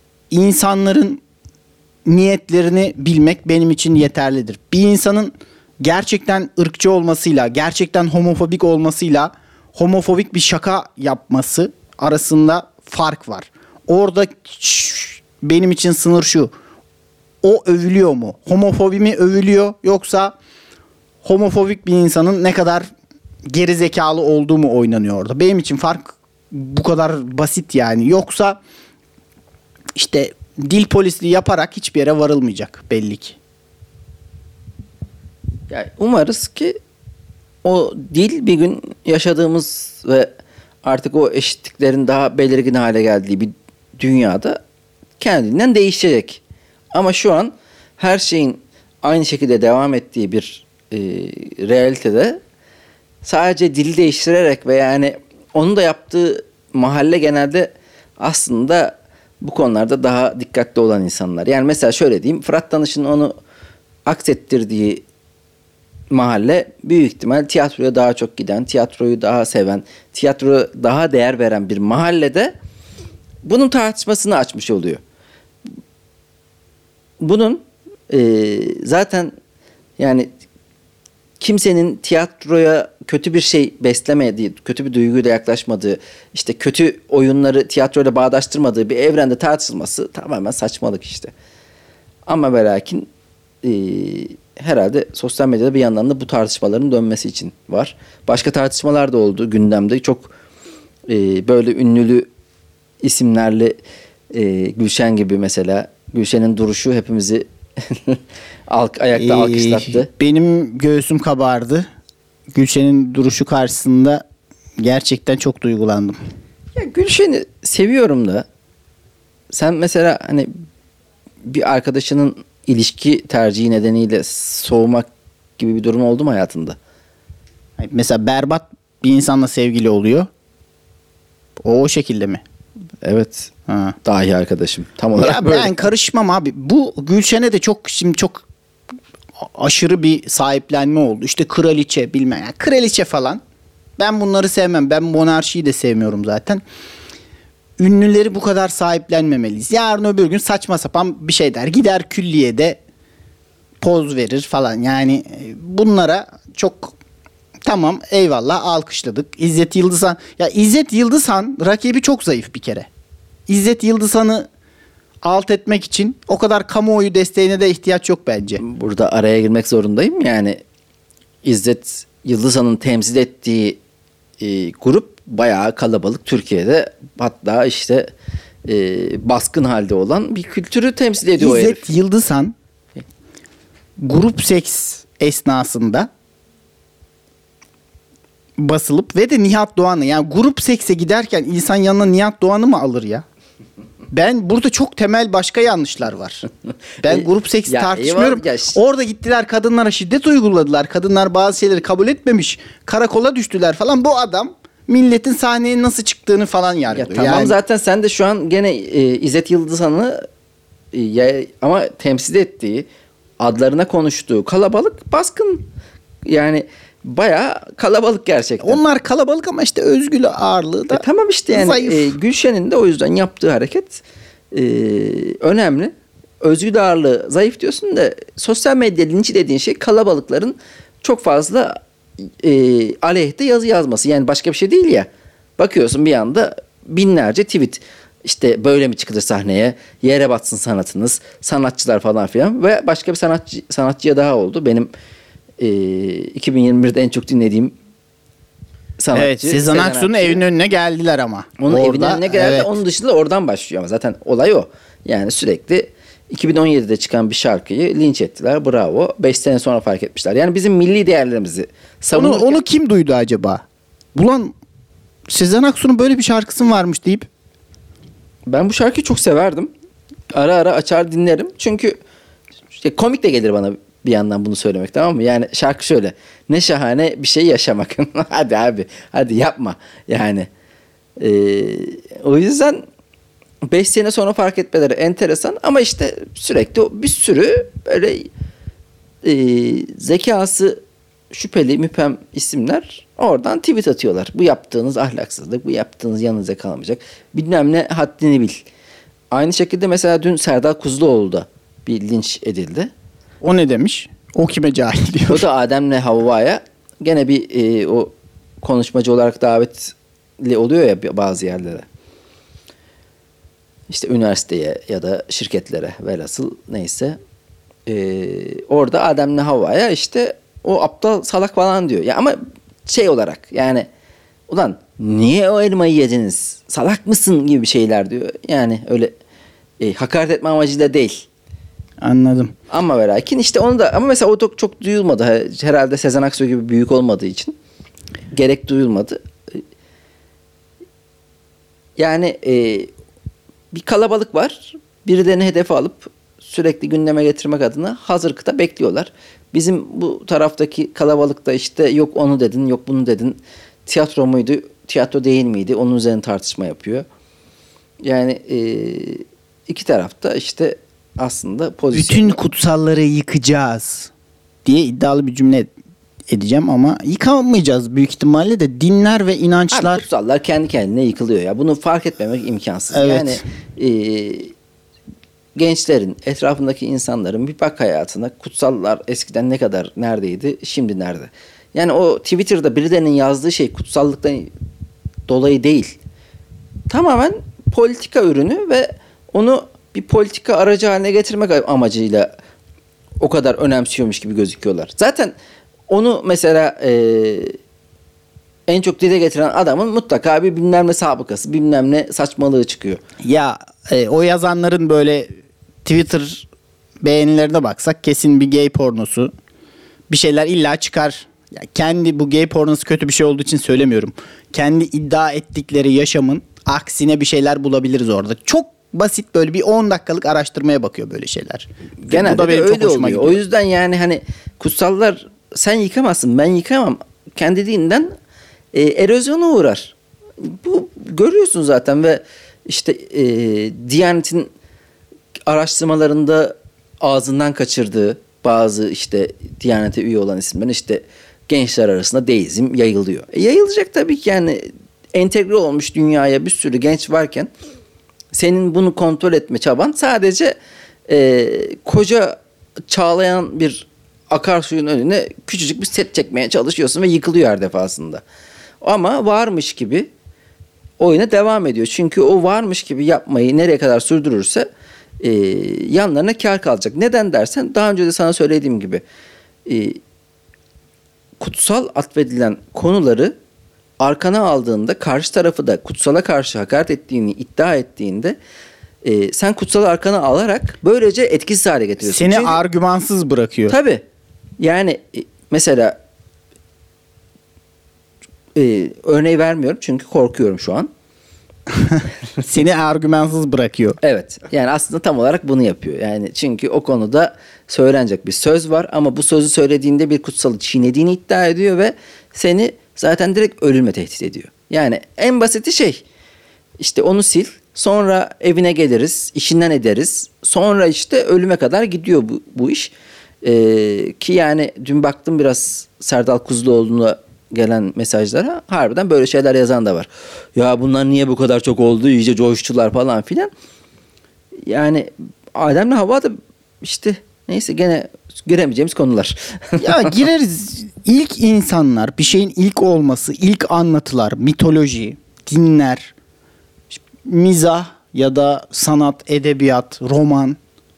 [SPEAKER 2] İnsanların niyetlerini bilmek benim için yeterlidir. Bir insanın gerçekten ırkçı olmasıyla, gerçekten homofobik olmasıyla homofobik bir şaka yapması arasında fark var. Orada benim için sınır şu. O övülüyor mu? Homofobi mi övülüyor, yoksa homofobik bir insanın ne kadar geri zekalı olduğu mu oynanıyor orada? Benim için fark bu kadar basit yani. Yoksa işte dil polisliği yaparak hiçbir yere varılmayacak belli ki.
[SPEAKER 1] Yani umarız ki o dil bir gün yaşadığımız ve artık o eşitliklerin daha belirgin hale geldiği bir dünyada kendinden değişecek. Ama şu an her şeyin aynı şekilde devam ettiği bir realitede sadece dili değiştirerek ve yani onun da yaptığı mahalle genelde aslında bu konularda daha dikkatli olan insanlar. Yani mesela şöyle diyeyim, Fırat Danış'ın onu aksettirdiği mahalle büyük ihtimal tiyatroya daha çok giden, tiyatroyu daha seven, tiyatroya daha değer veren bir mahallede bunun tartışmasını açmış oluyor. Bunun zaten yani kimsenin tiyatroya kötü bir şey beslemediği, kötü bir duyguyla yaklaşmadığı, işte kötü oyunları tiyatroyla bağdaştırmadığı bir evrende tartışılması tamamen saçmalık işte. Ama ve lakin herhalde sosyal medyada bir yandan da bu tartışmaların dönmesi için var. Başka tartışmalar da oldu gündemde. Çok böyle ünlü isimlerle Gülşen gibi mesela. Gülşen'in duruşu hepimizi ayakta alkışlattı.
[SPEAKER 2] Benim göğsüm kabardı. Gülşen'in duruşu karşısında gerçekten çok duygulandım.
[SPEAKER 1] Ya Gülşen'i seviyorum da sen mesela hani bir arkadaşının ilişki tercihi nedeniyle soğumak gibi bir durum oldu mu hayatında?
[SPEAKER 2] Mesela berbat bir insanla sevgili oluyor. O şekilde mi?
[SPEAKER 1] Evet.
[SPEAKER 2] Ha.
[SPEAKER 1] Dahi arkadaşım. Tam olarak
[SPEAKER 2] ya
[SPEAKER 1] böyle.
[SPEAKER 2] Ben karışmam abi. Bu Gülşen'e de çok aşırı bir sahiplenme oldu. İşte kraliçe bilmem. Yani kraliçe falan. Ben bunları sevmem. Ben monarşiyi de sevmiyorum zaten. Ünlüleri bu kadar sahiplenmemeliyiz. Yarın öbür gün saçma sapan bir şey der. Gider külliyede poz verir falan. Yani bunlara çok tamam eyvallah alkışladık. İzzet Yıldızhan. Ya İzzet Yıldızhan rakibi çok zayıf bir kere. İzzet Yıldızhan'ı alt etmek için o kadar kamuoyu desteğine de ihtiyaç yok bence.
[SPEAKER 1] Burada araya girmek zorundayım. Yani İzzet Yıldızhan'ın temsil ettiği grup bayağı kalabalık Türkiye'de. Hatta işte baskın halde olan bir kültürü temsil ediyor
[SPEAKER 2] İzzet
[SPEAKER 1] o herif.
[SPEAKER 2] Yıldızhan grup seks esnasında basılıp ve de Nihat Doğan'ı, yani grup sekse giderken insan yanına Nihat Doğan'ı mı alır ya? Ben burada çok temel başka yanlışlar var. Ben grup seksi tartışmıyorum. Orada gittiler kadınlara şiddet uyguladılar. Kadınlar bazı şeyleri kabul etmemiş. Karakola düştüler falan. Bu adam milletin sahneye nasıl çıktığını falan yargılıyor.
[SPEAKER 1] Ya tamam yani... Zaten sen de şu an gene İzzet Yıldızhan'ı ama temsil ettiği, adlarına konuştuğu kalabalık baskın. Yani bayağı kalabalık gerçekten.
[SPEAKER 2] Onlar kalabalık ama işte özgül ağırlığı da
[SPEAKER 1] tamam işte yani Gülşen'in de o yüzden yaptığı hareket önemli. Özgül ağırlığı zayıf diyorsun da sosyal medya linci dediğin şey kalabalıkların çok fazla aleyhte yazı yazması. Yani başka bir şey değil ya. Bakıyorsun bir anda binlerce tweet. İşte böyle mi çıkılır sahneye? Yere batsın sanatınız. Sanatçılar falan filan. Ve başka bir sanatçıya daha oldu. Benim 2021'de en çok dinlediğim sanatçı.
[SPEAKER 2] Evet, Sezen Aksu'nun evinin önüne geldiler ama.
[SPEAKER 1] Onun evinin önüne geldi. Evet. Onun dışında oradan başlıyor ama zaten olay o. Yani sürekli 2017'de çıkan bir şarkıyı linç ettiler. Bravo. 5 sene sonra fark etmişler. Yani bizim milli değerlerimizi savunurken...
[SPEAKER 2] Onu kim duydu acaba? Ulan Sezen Aksu'nun böyle bir şarkısı varmış deyip.
[SPEAKER 1] Ben bu şarkıyı çok severdim. Ara ara açar dinlerim. Çünkü komik de gelir bana bir yandan bunu söylemek, tamam mı? Yani şarkı şöyle. Ne şahane bir şey yaşamak. Hadi abi. Hadi yapma. Yani o yüzden 5 sene sonra fark etmeleri enteresan ama işte sürekli bir sürü böyle zekası şüpheli müphem isimler oradan tweet atıyorlar. Bu yaptığınız ahlaksızlık, bu yaptığınız yanınıza kalmayacak. Bilmem ne, haddini bil. Aynı şekilde mesela dün Serdar Kuzuloğlu da bir linç edildi.
[SPEAKER 2] O ne demiş? O kime cahil diyor.
[SPEAKER 1] O da Adem'le Havva'ya gene bir o konuşmacı olarak davetli oluyor ya bazı yerlere. İşte üniversiteye ya da şirketlere velhasıl neyse. Orada Adem'le Havva'ya işte o aptal salak falan diyor. Ya ama şey olarak yani ulan niye o elmayı yediniz? Salak mısın gibi şeyler diyor. Yani öyle hakaret etme amacıyla değil.
[SPEAKER 2] Anladım.
[SPEAKER 1] Ama ve lakin işte onu da ama mesela o çok duyulmadı. Herhalde Sezen Aksu gibi büyük olmadığı için gerek duyulmadı. Yani bir kalabalık var. Birilerini hedefe alıp sürekli gündeme getirmek adına hazır kıta bekliyorlar. Bizim bu taraftaki kalabalıkta işte yok onu dedin, yok bunu dedin. Tiyatro muydu, tiyatro değil miydi? Onun üzerine tartışma yapıyor. Yani iki tarafta işte aslında pozisyon.
[SPEAKER 2] Bütün kutsalları yıkacağız diye iddialı bir cümle edeceğim ama yıkamayacağız büyük ihtimalle de dinler ve inançlar.
[SPEAKER 1] Abi kutsallar kendi kendine yıkılıyor ya. Bunu fark etmemek imkansız.
[SPEAKER 2] Evet.
[SPEAKER 1] Yani gençlerin, etrafındaki insanların bir bak hayatına. Kutsallar eskiden ne kadar neredeydi, şimdi nerede? Yani o Twitter'da birilerinin yazdığı şey kutsallıktan dolayı değil. Tamamen politika ürünü ve onu bir politika aracı haline getirmek amacıyla o kadar önemsiyormuş gibi gözüküyorlar. Zaten onu mesela en çok dile getiren adamın mutlaka bir bilmem ne sabıkası, bilmem ne saçmalığı çıkıyor.
[SPEAKER 2] Ya o yazanların böyle Twitter beğenilerine baksak kesin bir gay pornosu bir şeyler illa çıkar. Ya kendi bu gay pornosu kötü bir şey olduğu için söylemiyorum. Kendi iddia ettikleri yaşamın aksine bir şeyler bulabiliriz orada. Çok basit böyle bir 10 dakikalık araştırmaya bakıyor böyle şeyler.
[SPEAKER 1] Genelde
[SPEAKER 2] bu da benim
[SPEAKER 1] öyle
[SPEAKER 2] çok hoşuma
[SPEAKER 1] oluyor.
[SPEAKER 2] gidiyor.
[SPEAKER 1] O yüzden yani hani kutsallar sen yıkamazsın, ben yıkamam. Kendiliğinden erozyona uğrar. Bu görüyorsun zaten ve işte Diyanet'in araştırmalarında ağzından kaçırdığı bazı işte Diyanet'e üye olan isimlerin işte gençler arasında deizm yayılıyor. Yayılacak tabii ki yani entegre olmuş dünyaya bir sürü genç varken senin bunu kontrol etme çaban sadece koca çağlayan bir akarsuyun önüne küçücük bir set çekmeye çalışıyorsun ve yıkılıyor her defasında. Ama varmış gibi oyuna devam ediyor. Çünkü o varmış gibi yapmayı nereye kadar sürdürürse yanlarına kar kalacak. Neden dersen daha önce de sana söylediğim gibi kutsal atfedilen konuları arkana aldığında karşı tarafı da kutsala karşı hakaret ettiğini iddia ettiğinde sen kutsalı arkana alarak böylece etkisiz hale getiriyorsun.
[SPEAKER 2] Seni
[SPEAKER 1] Çünkü,
[SPEAKER 2] argümansız bırakıyor.
[SPEAKER 1] tabii. Yani mesela örneği vermiyorum çünkü korkuyorum şu an.
[SPEAKER 2] Seni argümansız bırakıyor.
[SPEAKER 1] Evet. Yani aslında tam olarak bunu yapıyor. Yani çünkü o konuda söylenecek bir söz var ama bu sözü söylediğinde bir kutsalı çiğnediğini iddia ediyor ve seni zaten direkt ölümle tehdit ediyor. Yani en basiti şey işte onu sil, sonra evine geliriz, işinden ederiz. Sonra işte ölüme kadar gidiyor bu iş. Ki yani dün baktım biraz Serdal Kuzuloğlu'na gelen mesajlara, harbiden böyle şeyler yazan da var. Ya bunlar niye bu kadar çok oldu, iyice coştular falan filan. Yani Adem'le Havva da işte neyse gene giremeyeceğimiz konular.
[SPEAKER 2] Ya gireriz. İlk insanlar, bir şeyin ilk olması, ilk anlatılar, mitoloji, dinler, mizah ya da sanat, edebiyat, roman,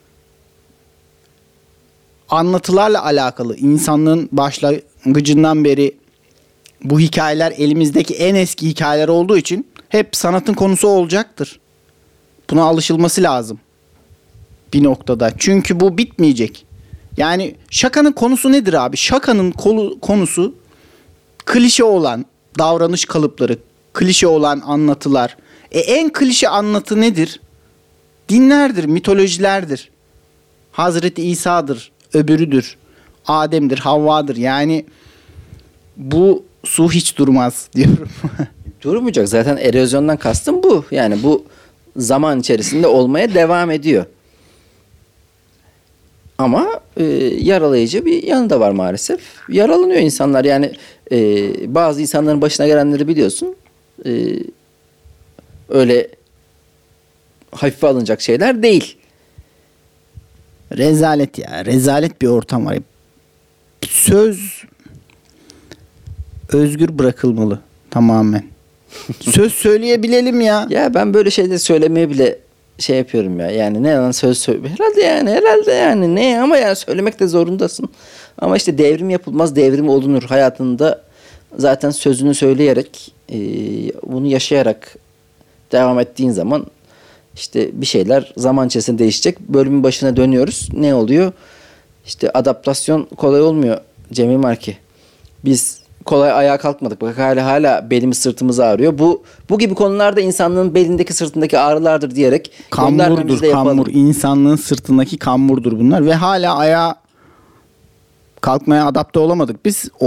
[SPEAKER 2] anlatılarla alakalı insanlığın başlangıcından beri bu hikayeler elimizdeki en eski hikayeler olduğu için hep sanatın konusu olacaktır. Buna alışılması lazım bir noktada. Çünkü bu bitmeyecek. Yani şakanın konusu nedir abi? Şakanın konusu klişe olan davranış kalıpları, klişe olan anlatılar. En klişe anlatı nedir? Dinlerdir, mitolojilerdir. Hazreti İsa'dır, öbürüdür, Adem'dir, Havva'dır. Yani bu su hiç durmaz diyorum.
[SPEAKER 1] Durmayacak. Zaten erozyondan kastım bu. Yani bu zaman içerisinde olmaya devam ediyor. Ama yaralayıcı bir yanı da var maalesef. Yaralanıyor insanlar. Yani bazı insanların başına gelenleri biliyorsun. Öyle hafife alınacak şeyler değil.
[SPEAKER 2] Rezalet ya. Rezalet bir ortam var. söz özgür bırakılmalı tamamen. Söz söyleyebilelim ya.
[SPEAKER 1] Ya ben böyle şeyleri söylemeye bile şey yapıyorum ya. Yani ne lan söz söyle. Herhalde yani ne ama yani söylemek de zorundasın. Ama işte devrim yapılmaz, devrim olunur. Hayatında zaten sözünü söyleyerek, bunu yaşayarak devam ettiğin zaman işte bir şeyler zaman içerisinde değişecek. Bölümün başına dönüyoruz. Ne oluyor? İşte adaptasyon kolay olmuyor Cemil Marki. Biz kolay ayağa kalkmadık. Bak hala belimiz sırtımız ağrıyor. Bu gibi konularda insanlığın belindeki sırtındaki ağrılardır diyerek
[SPEAKER 2] Kamburdur, kambur. İnsanlığın sırtındaki kamburdur bunlar ve hala ayağa kalkmaya adapte olamadık.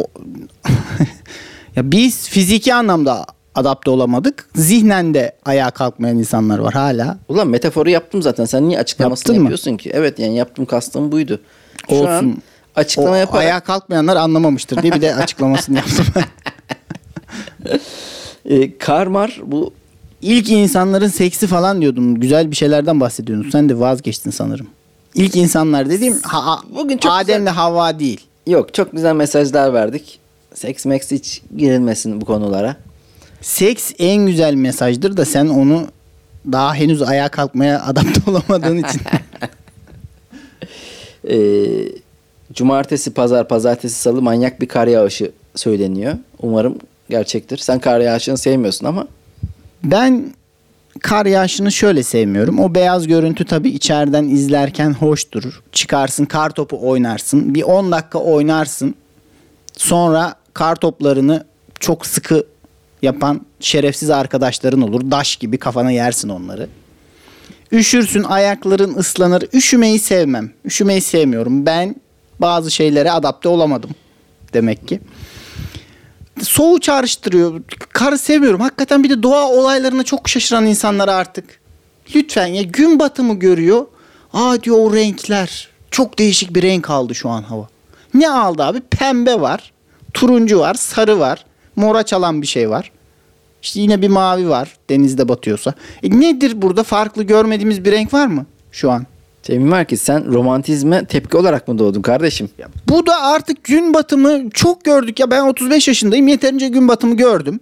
[SPEAKER 2] Ya biz fiziki anlamda adapte olamadık. Zihnen de ayağa kalkmayan insanlar var hala.
[SPEAKER 1] Ulan metaforu yaptım zaten. Sen niye açıklamasını
[SPEAKER 2] Yaptın mı?
[SPEAKER 1] yapıyorsun ki? Evet yani yaptım, kastım buydu. Şu
[SPEAKER 2] Olsun.
[SPEAKER 1] an açıklama yaparak
[SPEAKER 2] ayağa kalkmayanlar anlamamıştır diye bir de açıklamasını yaptım.
[SPEAKER 1] Karmar bu
[SPEAKER 2] İlk insanların seksi falan diyordum. Güzel bir şeylerden bahsediyordun. Sen de vazgeçtin sanırım. İlk insanlar dediğim
[SPEAKER 1] Bugün çok
[SPEAKER 2] Adem'le
[SPEAKER 1] güzel.
[SPEAKER 2] Havva değil.
[SPEAKER 1] Yok, çok güzel mesajlar verdik. Seks meks hiç girilmesin bu konulara.
[SPEAKER 2] Seks en güzel mesajdır da sen onu daha henüz ayağa kalkmaya adapte olamadığın için.
[SPEAKER 1] Cumartesi, pazar, pazartesi, salı manyak bir kar yağışı söyleniyor. Umarım gerçektir. Sen kar yağışını sevmiyorsun ama.
[SPEAKER 2] Ben kar yağışını şöyle sevmiyorum. O beyaz görüntü tabii içeriden izlerken hoş durur. Çıkarsın kar topu oynarsın. Bir 10 dakika oynarsın. Sonra kar toplarını çok sıkı yapan şerefsiz arkadaşların olur. Daş gibi kafana yersin onları. Üşürsün, ayakların ıslanır. Üşümeyi sevmem. Üşümeyi sevmiyorum. Ben bazı şeylere adapte olamadım demek ki. Soğuğu çağrıştırıyor. Karı sevmiyorum. Hakikaten bir de doğa olaylarına çok şaşıran insanlar artık. Lütfen ya, gün batımı görüyor. Aa diyor, o renkler. Çok değişik bir renk aldı şu an hava. Ne aldı abi? Pembe var. Turuncu var. Sarı var. Mora çalan bir şey var. İşte yine bir mavi var. Denizde batıyorsa. Nedir burada? Farklı görmediğimiz bir renk var mı şu an?
[SPEAKER 1] Cemil Marki, sen romantizme tepki olarak mı doğdun kardeşim?
[SPEAKER 2] Bu da artık gün batımı çok gördük ya. Ben 35 yaşındayım. Yeterince gün batımı gördüm.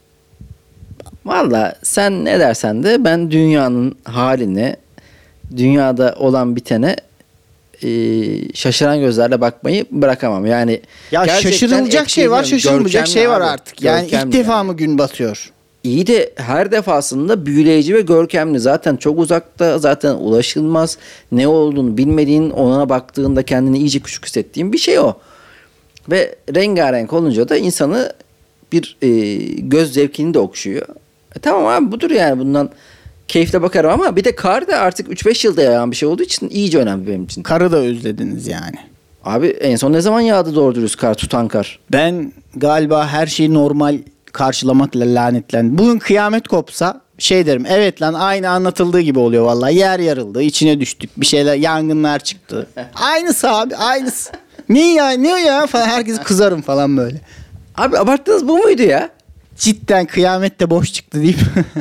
[SPEAKER 1] Valla sen ne dersen de ben dünyanın haline, dünyada olan bitene şaşıran gözlerle bakmayı bırakamam. Yani
[SPEAKER 2] Ya şaşırılacak şey var, şaşırılmayacak şey var artık. Yani ilk defa mı gün batıyor?
[SPEAKER 1] İyi de her defasında büyüleyici ve görkemli. Zaten çok uzakta, zaten ulaşılmaz. Ne olduğunu bilmediğin, ona baktığında kendini iyice küçük hissettiğin bir şey o. Ve rengarenk olunca da insanı bir göz zevkini de okşuyor. Tamam abi, budur yani, bundan keyifle bakarım ama bir de kar da artık 3-5 yılda yağan bir şey olduğu için iyice önemli benim için.
[SPEAKER 2] Karı da özlediniz yani.
[SPEAKER 1] Abi en son ne zaman yağdı doğru dürüst kar, tutan kar?
[SPEAKER 2] Ben galiba her şeyi normal karşılamakla lanetlendim. Bugün kıyamet kopsa şey derim. Evet lan, aynı anlatıldığı gibi oluyor vallahi. Yer yarıldı, içine düştük. Bir şeyler, yangınlar çıktı. Aynısı abi, aynısı. Ne ya falan, herkes kızarım falan böyle.
[SPEAKER 1] Abi abarttınız, bu muydu ya?
[SPEAKER 2] Cidden kıyamet de boş çıktı deyip.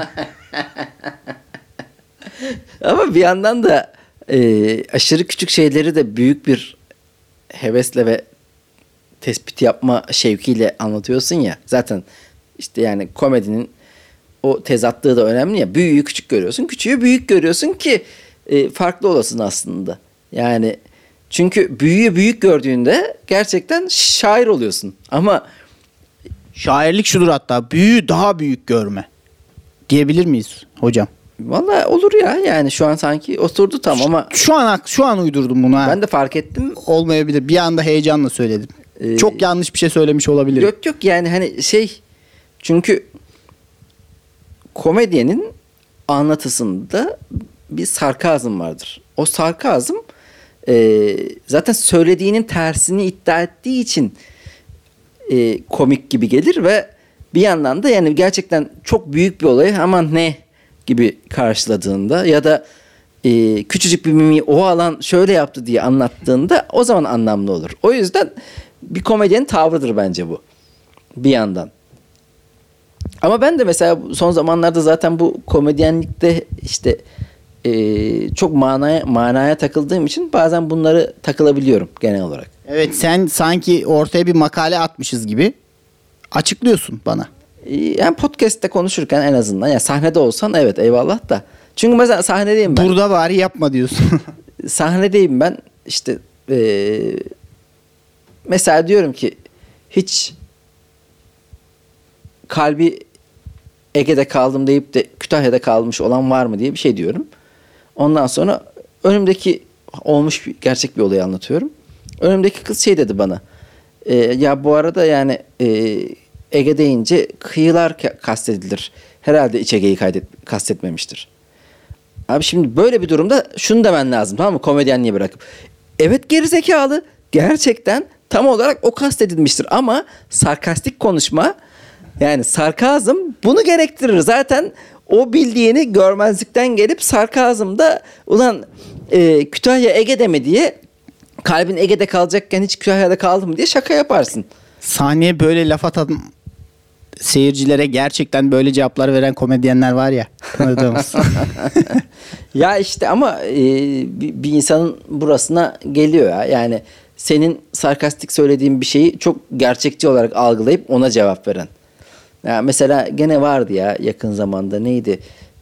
[SPEAKER 1] Ama bir yandan da aşırı küçük şeyleri de büyük bir hevesle ve tespit yapma şevkiyle anlatıyorsun ya. Zaten işte yani komedinin o tezatlığı da önemli ya. Büyüğü küçük görüyorsun, küçüğü büyük görüyorsun ki farklı olasın aslında. Yani çünkü büyüğü büyük gördüğünde gerçekten şair oluyorsun. Ama
[SPEAKER 2] Şairlik şudur hatta, büyüğü daha büyük görme. Diyebilir miyiz hocam?
[SPEAKER 1] vallahi olur ya, yani şu an sanki oturdu tam ama
[SPEAKER 2] Şu an uydurdum bunu ha.
[SPEAKER 1] ben de fark ettim.
[SPEAKER 2] Olmayabilir. Bir anda heyecanla söyledim. Çok yanlış bir şey söylemiş olabilirim.
[SPEAKER 1] Yok yani hani çünkü komedyenin anlatısında bir sarkazm vardır. O sarkazm zaten söylediğinin tersini iddia ettiği için komik gibi gelir ve bir yandan da yani gerçekten çok büyük bir olayı aman ne gibi karşıladığında ya da küçücük bir mimiği o alan şöyle yaptı diye anlattığında o zaman anlamlı olur. O yüzden bir komedyenin tavrıdır bence bu. Bir yandan. Ama ben de mesela son zamanlarda zaten bu komedyenlikte işte çok manaya takıldığım için bazen bunları takılabiliyorum genel olarak.
[SPEAKER 2] Evet, sen sanki ortaya bir makale atmışız gibi açıklıyorsun bana.
[SPEAKER 1] Yani podcast'te konuşurken en azından, yani sahnede olsan evet eyvallah da. Çünkü mesela sahnedeyim ben.
[SPEAKER 2] Burada bari yapma diyorsun.
[SPEAKER 1] Sahnedeyim ben işte mesela diyorum ki hiç kalbi Ege'de kaldım deyip de Kütahya'da kalmış olan var mı diye bir şey diyorum. Ondan sonra önümdeki olmuş gerçek bir olayı anlatıyorum. Önümdeki kız şey dedi bana. Ya bu arada yani Ege deyince kıyılar kastedilir. Herhalde İç Ege'yi kastetmemiştir. Abi şimdi böyle bir durumda şunu demen lazım, tamam mı? Komedyenliği bırakıp. Evet gerizekalı, gerçekten tam olarak o kastedilmiştir ama sarkastik konuşma, yani sarkazm bunu gerektirir. Zaten o bildiğini görmezlikten gelip sarkazmda ulan Kütahya Ege'de mi diye, kalbin Ege'de kalacakken hiç Kütahya'da kaldı mı diye şaka yaparsın.
[SPEAKER 2] Sahneye böyle laf atan seyircilere gerçekten böyle cevaplar veren komedyenler var ya. Tanıdığımız.
[SPEAKER 1] Ya işte ama bir insanın burasına geliyor ya. Yani senin sarkastik söylediğin bir şeyi çok gerçekçi olarak algılayıp ona cevap veren. Ya mesela gene vardı ya yakın zamanda, neydi?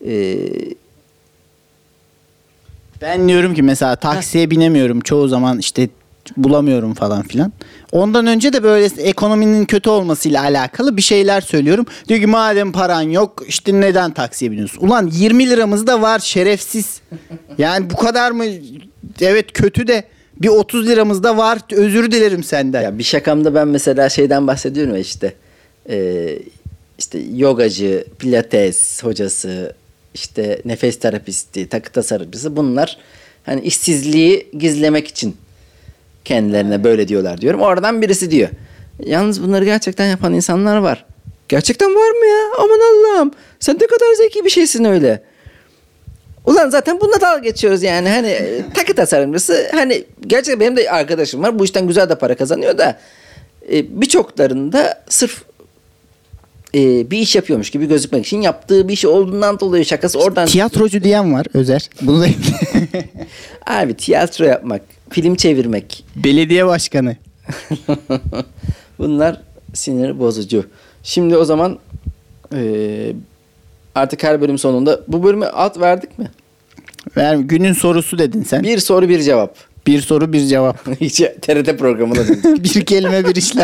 [SPEAKER 2] Ben diyorum ki mesela taksiye binemiyorum çoğu zaman, işte bulamıyorum falan filan. Ondan önce de böyle ekonominin kötü olmasıyla alakalı bir şeyler söylüyorum. Diyor ki madem paran yok işte neden taksiye biniyorsun? Ulan 20 liramız da var şerefsiz. Yani bu kadar mı? Evet kötü de bir 30 liramız da var, özür dilerim senden.
[SPEAKER 1] Ya bir şakamda ben mesela şeyden bahsediyorum ya işte. İşte yogacı, pilates hocası, işte nefes terapisti, takı tasarımcısı, bunlar hani işsizliği gizlemek için kendilerine böyle diyorlar diyorum. Oradan birisi diyor. Yalnız bunları gerçekten yapan insanlar var. Gerçekten var mı ya? Aman Allah'ım. Sen ne kadar zeki bir şeysin öyle. Ulan zaten bununla dalga geçiyoruz yani. Hani takı tasarımcısı, hani gerçekten benim de arkadaşım var. Bu işten güzel de para kazanıyor da birçoklarında sırf bir iş yapıyormuş gibi gözükmek için yaptığı bir iş olduğundan dolayı şakası oradan.
[SPEAKER 2] Tiyatrocu diyen var Özer. Bunu da
[SPEAKER 1] abi tiyatro yapmak, film çevirmek.
[SPEAKER 2] Belediye başkanı.
[SPEAKER 1] Bunlar sinir bozucu. Şimdi o zaman artık her bölüm sonunda bu bölüme ad verdik mi?
[SPEAKER 2] Günün sorusu dedin sen.
[SPEAKER 1] Bir soru bir cevap.
[SPEAKER 2] Bir soru bir cevap.
[SPEAKER 1] Hiç TRT programına döndük.
[SPEAKER 2] Bir kelime bir işlem.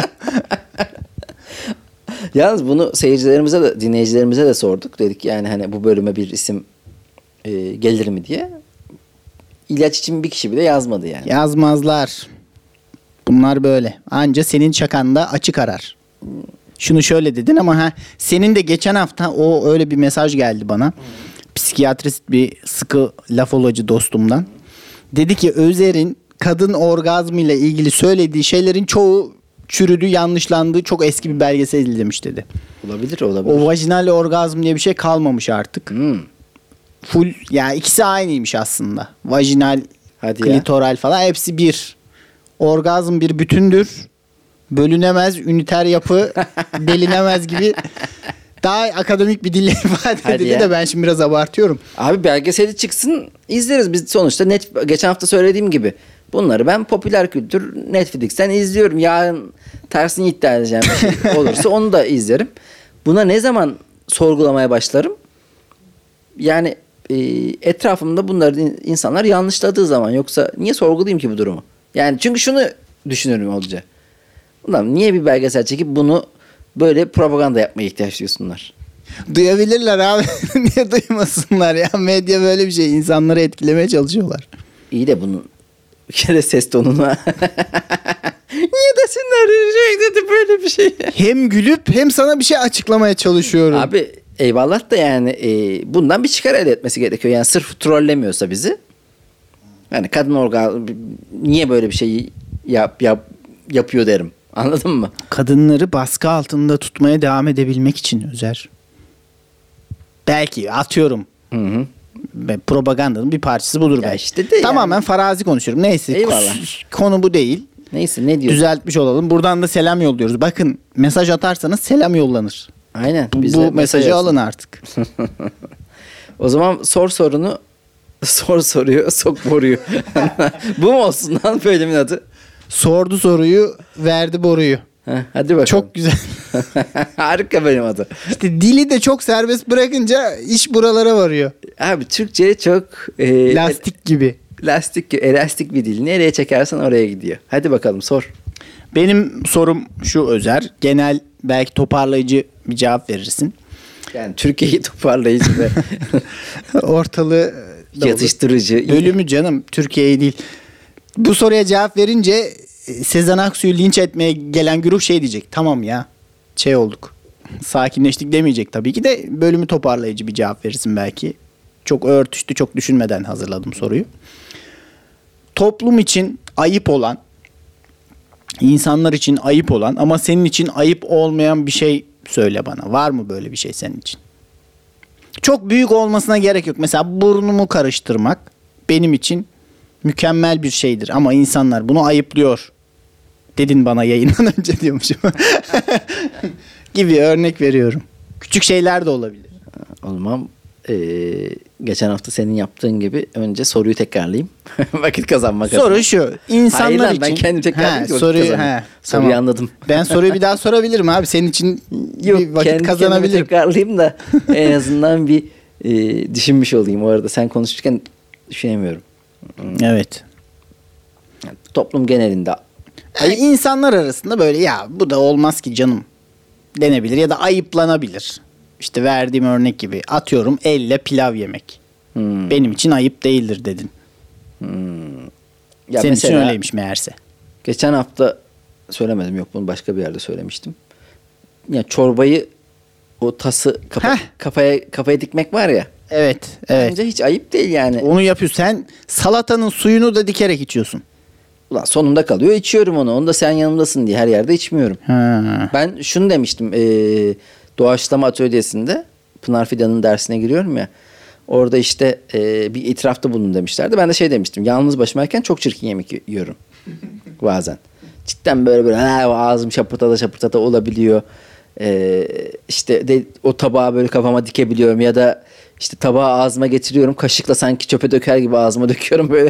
[SPEAKER 1] Yalnız bunu seyircilerimize de dinleyicilerimize de sorduk. Dedik yani hani bu bölüme bir isim gelir mi diye. İlaç için bir kişi bile yazmadı yani.
[SPEAKER 2] Yazmazlar. Bunlar böyle. Anca senin çakanda açık arar. Şunu şöyle dedin ama senin de geçen hafta o öyle bir mesaj geldi bana. Psikiyatrist bir sıkı lafolacı dostumdan. Dedi ki Özer'in kadın orgazmıyla ilgili söylediği şeylerin çoğu çürüdü, yanlışlandı. Çok eski bir belgesel izlemiş dedi.
[SPEAKER 1] Olabilir.
[SPEAKER 2] O vajinal orgazm diye bir şey kalmamış artık. Full, yani ikisi aynıymış aslında. Vajinal, klitoral falan hepsi bir. Orgazm bir bütündür. Bölünemez, üniter yapı delinemez gibi daha akademik bir dille ifade edildi de ben şimdi biraz abartıyorum.
[SPEAKER 1] Abi belgeseli çıksın izleriz biz sonuçta. Geçen hafta söylediğim gibi bunları ben popüler kültür Netflix'ten izliyorum. Yarın tersini iddia edeceğim bir şey olursa onu da izlerim. Buna ne zaman sorgulamaya başlarım? Yani etrafımda bunları insanlar yanlışladığı zaman, yoksa niye sorgulayayım ki bu durumu? Yani çünkü şunu düşünürüm olacak. Ulan niye bir belgesel çekip bunu böyle propaganda yapmaya ihtiyaç duysunlar?
[SPEAKER 2] Duyabilirler abi. Niye duymasınlar ya? Medya böyle bir şey. İnsanları etkilemeye çalışıyorlar.
[SPEAKER 1] İyi de bunun bir kere ses tonuna niye desinler dedi böyle bir şey.
[SPEAKER 2] Hem gülüp hem sana bir şey açıklamaya çalışıyorum.
[SPEAKER 1] Abi eyvallah da yani bundan bir çıkar elde etmesi gerekiyor. Yani sırf trollemiyorsa bizi. Yani kadın niye böyle bir şey yapıyor derim. Anladın mı?
[SPEAKER 2] Kadınları baskı altında tutmaya devam edebilmek için Özer. Belki atıyorum.
[SPEAKER 1] Hı.
[SPEAKER 2] Propagandanın bir parçası budur belki.
[SPEAKER 1] İşte de
[SPEAKER 2] tamamen
[SPEAKER 1] yani.
[SPEAKER 2] Farazi konuşuyorum. Neyse.
[SPEAKER 1] Eyvallah.
[SPEAKER 2] Konu bu değil.
[SPEAKER 1] Neyse, ne diyorsun?
[SPEAKER 2] Düzeltmiş olalım. Buradan da selam yolluyoruz. Bakın, mesaj atarsanız selam yollanır.
[SPEAKER 1] Aynen.
[SPEAKER 2] Bu mesajı alın artık.
[SPEAKER 1] O zaman sorunu sor soruyor, sok boruyor. Bu mu olsun lan bölümün adı?
[SPEAKER 2] Sordu soruyu, verdi boruyu.
[SPEAKER 1] Hadi bakalım.
[SPEAKER 2] Çok güzel.
[SPEAKER 1] Harika benim adı.
[SPEAKER 2] İşte dili de çok serbest bırakınca iş buralara varıyor.
[SPEAKER 1] Abi Türkçe çok
[SPEAKER 2] Lastik gibi.
[SPEAKER 1] elastik bir dil. Nereye çekersen oraya gidiyor. Hadi bakalım sor.
[SPEAKER 2] Benim sorum şu Özer. Genel belki toparlayıcı bir cevap verirsin.
[SPEAKER 1] Yani Türkiye'yi toparlayıcı ve
[SPEAKER 2] Ortalığı
[SPEAKER 1] yatıştırıcı.
[SPEAKER 2] bölümü canım, Türkiye'yi değil. Bu soruya cevap verince Sezen Aksu'yu linç etmeye gelen grup şey diyecek. Tamam ya, şey olduk, sakinleştik demeyecek tabii ki de, bölümü toparlayıcı bir cevap verirsin belki. Çok örtüştü, çok düşünmeden hazırladım soruyu. Toplum için ayıp olan, insanlar için ayıp olan ama senin için ayıp olmayan bir şey söyle bana. Var mı böyle bir şey senin için? Çok büyük olmasına gerek yok. Mesela burnumu karıştırmak benim için mükemmel bir şeydir ama insanlar bunu ayıplıyor. Dedin bana yayından önce diyormuşum. Gibi örnek veriyorum. Küçük şeyler de olabilir.
[SPEAKER 1] Olmam. Geçen hafta senin yaptığın gibi önce soruyu tekrarlayayım. Vakit kazanmak adına.
[SPEAKER 2] Soru şu. İnsanlar
[SPEAKER 1] Hayır lan,
[SPEAKER 2] için.
[SPEAKER 1] ben kendim tekrarlayayım.
[SPEAKER 2] Soruyu
[SPEAKER 1] Soruyu anladım.
[SPEAKER 2] Ben soruyu bir daha sorabilirim abi. Senin için
[SPEAKER 1] Yok,
[SPEAKER 2] bir vakit
[SPEAKER 1] kendi
[SPEAKER 2] kazanabilirim.
[SPEAKER 1] kendime tekrarlayayım da en azından bir düşünmüş olayım. O arada sen konuşurken düşünemiyorum.
[SPEAKER 2] Evet.
[SPEAKER 1] Yani toplum genelinde.
[SPEAKER 2] İnsanlar arasında böyle ya bu da olmaz ki canım denebilir ya da ayıplanabilir. İşte verdiğim örnek gibi, atıyorum elle pilav yemek. Benim için ayıp değildir dedin.
[SPEAKER 1] Ya
[SPEAKER 2] senin
[SPEAKER 1] mesela,
[SPEAKER 2] için öyleymiş meğerse.
[SPEAKER 1] Geçen hafta söylemedim, yok bunu başka bir yerde söylemiştim. Ya çorbayı, o tası kafaya dikmek var ya.
[SPEAKER 2] Evet.
[SPEAKER 1] Bence hiç ayıp değil yani.
[SPEAKER 2] Onu yapıyorsun. Sen salatanın suyunu da dikerek içiyorsun.
[SPEAKER 1] Ulan sonunda kalıyor, içiyorum onu. Onu da sen yanımdasın diye her yerde içmiyorum.
[SPEAKER 2] Ha.
[SPEAKER 1] Ben şunu demiştim. Doğaçlama atölyesinde Pınar Fidan'ın dersine giriyorum ya. Orada işte bir itirafta bulun demişlerdi. Ben de şey demiştim. Yalnız başımayken çok çirkin yemek yiyorum. Bazen. Cidden böyle ağzım şapırtada olabiliyor. İşte de, o tabağı böyle kafama dikebiliyorum. Ya da işte tabağı ağzıma getiriyorum. Kaşıkla sanki çöpe döker gibi ağzıma döküyorum böyle.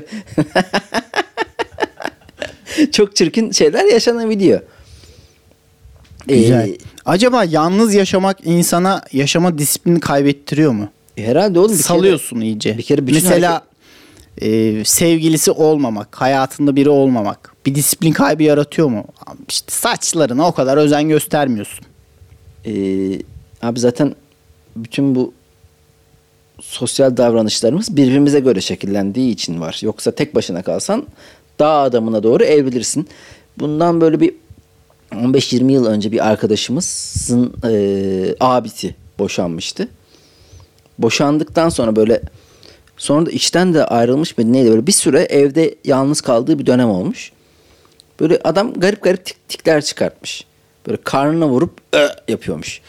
[SPEAKER 1] Çok çirkin şeyler yaşanabiliyor.
[SPEAKER 2] Güzel. Acaba yalnız yaşamak insana yaşama disiplini kaybettiriyor mu?
[SPEAKER 1] Herhalde oğlum.
[SPEAKER 2] Salıyorsun iyice.
[SPEAKER 1] Bir kere
[SPEAKER 2] mesela sevgilisi olmamak, hayatında biri olmamak bir disiplin kaybı yaratıyor mu? İşte saçlarına o kadar özen göstermiyorsun.
[SPEAKER 1] Abi zaten bütün bu sosyal davranışlarımız birbirimize göre şekillendiği için var. Yoksa tek başına kalsan dağ adamına doğru evrilirsin. Bundan böyle bir 15-20 yıl önce bir arkadaşımızın abisi boşanmıştı. Boşandıktan sonra böyle, sonra da içten de ayrılmış mıydı neydi, böyle bir süre evde yalnız kaldığı bir dönem olmuş. Böyle adam garip tikler çıkartmış. Böyle karnına vurup yapıyormuş.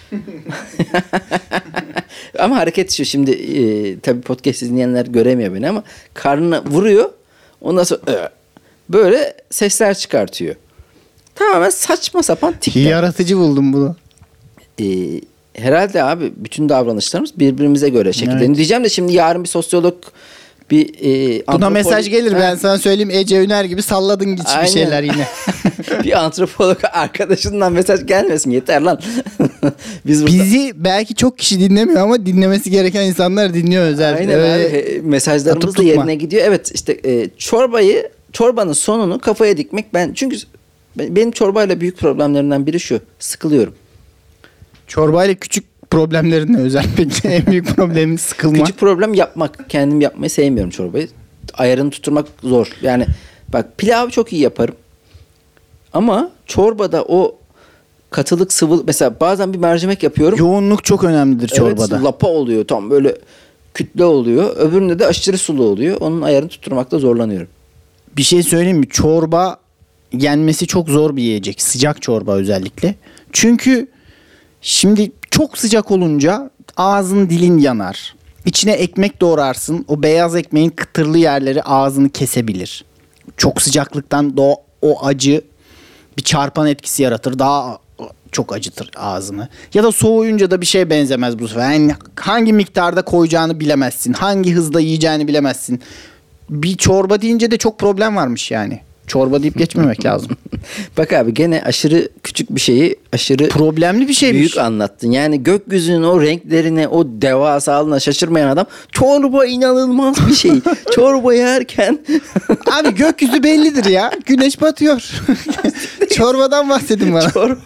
[SPEAKER 1] Ama hareket şu, şimdi tabii podcast dinleyenler göremiyor beni ama karnına vuruyor. Ondan sonra böyle sesler çıkartıyor. Tamamen saçma sapan tikler.
[SPEAKER 2] Yaratıcı buldum bunu.
[SPEAKER 1] Herhalde abi bütün davranışlarımız birbirimize göre şekilleniyor. Evet. Diyeceğim de şimdi yarın bir sosyolog, bir
[SPEAKER 2] buna mesaj gelir. Ben sana söyleyeyim, Ece Üner gibi salladın git bir şeyler yine.
[SPEAKER 1] Bir antropolog arkadaşından mesaj gelmesin, yeter lan.
[SPEAKER 2] Bizi belki çok kişi dinlemiyor ama dinlemesi gereken insanlar dinliyor özellikle.
[SPEAKER 1] Aynen abi, mesajlarımız da yerine gidiyor. Evet işte çorbanın sonunu kafaya dikmek, çünkü benim çorbayla büyük problemlerimden biri şu: sıkılıyorum.
[SPEAKER 2] Çorbayla küçük problemlerin ne özellikle? En büyük problemin sıkılma.
[SPEAKER 1] Küçük problem yapmak. Kendim yapmayı sevmiyorum çorbayı. Ayarını tutturmak zor. Yani bak, pilav çok iyi yaparım. Ama çorbada o katılık, sıvı, mesela bazen bir mercimek yapıyorum.
[SPEAKER 2] Yoğunluk çok önemlidir çorbada.
[SPEAKER 1] Evet, lapa oluyor. Tam böyle kütle oluyor. Öbüründe de aşırı sulu oluyor. Onun ayarını tutturmakta zorlanıyorum.
[SPEAKER 2] Bir şey söyleyeyim mi? Çorba yenmesi çok zor bir yiyecek. Sıcak çorba özellikle. Çünkü şimdi çok sıcak olunca ağzın, dilin yanar. İçine ekmek doğrarsın. O beyaz ekmeğin kıtırlı yerleri ağzını kesebilir. Çok sıcaklıktan da o acı bir çarpan etkisi yaratır. Daha çok acıtır ağzını. Ya da soğuyunca da bir şey benzemez bu sefer. Yani hangi miktarda koyacağını bilemezsin. Hangi hızda yiyeceğini bilemezsin. Bir çorba deyince de çok problem varmış yani. Çorba deyip geçmemek lazım.
[SPEAKER 1] Bak abi gene aşırı küçük bir şeyi aşırı
[SPEAKER 2] Problemli bir şeymiş.
[SPEAKER 1] büyük anlattın. Yani gökyüzünün o renklerine, o devasalığına şaşırmayan adam çorba inanılmaz bir şey. Çorba yerken
[SPEAKER 2] Abi gökyüzü bellidir ya. Güneş batıyor. Çorbadan bahsedin bana.
[SPEAKER 1] çorba.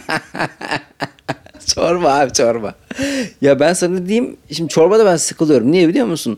[SPEAKER 1] Çorba abi çorba. Ya ben sana diyeyim şimdi çorbada ben sıkılıyorum. Niye biliyor musun?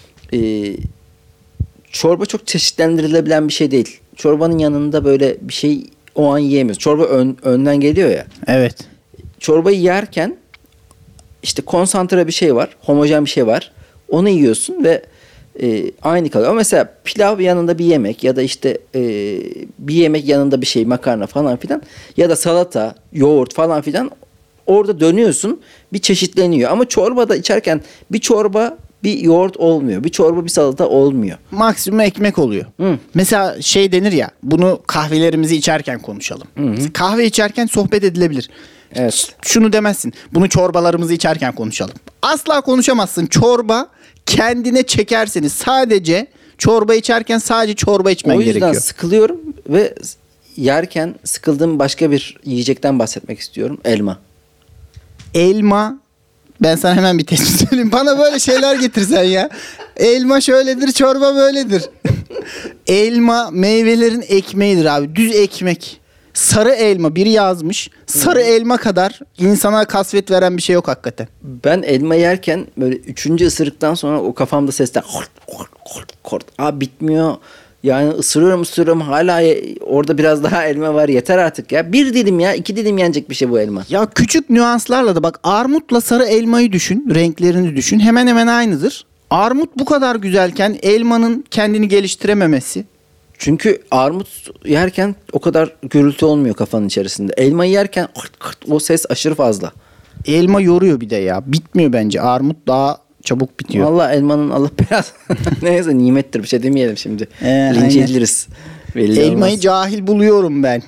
[SPEAKER 1] Çorba çok çeşitlendirilebilen bir şey değil. Çorbanın yanında böyle bir şey o an yiyemiyoruz. Çorba önden geliyor ya.
[SPEAKER 2] Evet.
[SPEAKER 1] Çorbayı yerken işte konsantre bir şey var. Homojen bir şey var. Onu yiyorsun ve aynı kalıyor. Ama mesela pilav yanında bir yemek ya da işte bir yemek yanında bir şey makarna falan filan ya da salata, yoğurt falan filan orada dönüyorsun bir çeşitleniyor. Ama çorbada içerken bir çorba bir yoğurt olmuyor. Bir çorba bir salata olmuyor.
[SPEAKER 2] Maksimum ekmek oluyor.
[SPEAKER 1] Hı.
[SPEAKER 2] Mesela şey denir ya, bunu kahvelerimizi içerken konuşalım. Mesela kahve içerken sohbet edilebilir.
[SPEAKER 1] Evet.
[SPEAKER 2] Şunu demezsin. Bunu çorbalarımızı içerken konuşalım. Asla konuşamazsın. Çorba kendine çekerseniz sadece çorba içerken sadece çorba içmen
[SPEAKER 1] O yüzden
[SPEAKER 2] gerekiyor.
[SPEAKER 1] sıkılıyorum ve yerken sıkıldığım başka bir yiyecekten bahsetmek istiyorum. Elma.
[SPEAKER 2] Elma, ben sana hemen bir tespit söyleyeyim. Bana böyle şeyler getirsen ya. Elma şöyledir, çorba böyledir. Elma meyvelerin ekmeğidir abi. Düz ekmek. Sarı elma, biri yazmış. Sarı elma kadar insana kasvet veren bir şey yok hakikaten.
[SPEAKER 1] Ben elma yerken böyle 3. ısırıktan sonra o kafamda sesler Abi bitmiyor. Yani ısırıyorum hala orada biraz daha elma var. Yeter artık ya. 1 dilim ya 2 dilim yenecek bir şey bu elma.
[SPEAKER 2] Ya küçük nüanslarla da bak, armutla sarı elmayı düşün. Renklerini düşün. Hemen hemen aynıdır. Armut bu kadar güzelken elmanın kendini geliştirememesi.
[SPEAKER 1] Çünkü armut yerken o kadar gürültü olmuyor kafanın içerisinde. Elmayı yerken o ses aşırı fazla.
[SPEAKER 2] Elma yoruyor bir de ya. Bitmiyor bence. Armut daha çabuk bitiyor.
[SPEAKER 1] Vallahi elmanın Allah biraz neyse nimettir bir şey demeyelim şimdi. Linç
[SPEAKER 2] aynen.
[SPEAKER 1] ediliriz. Belli
[SPEAKER 2] Elmayı
[SPEAKER 1] olmaz.
[SPEAKER 2] cahil buluyorum ben.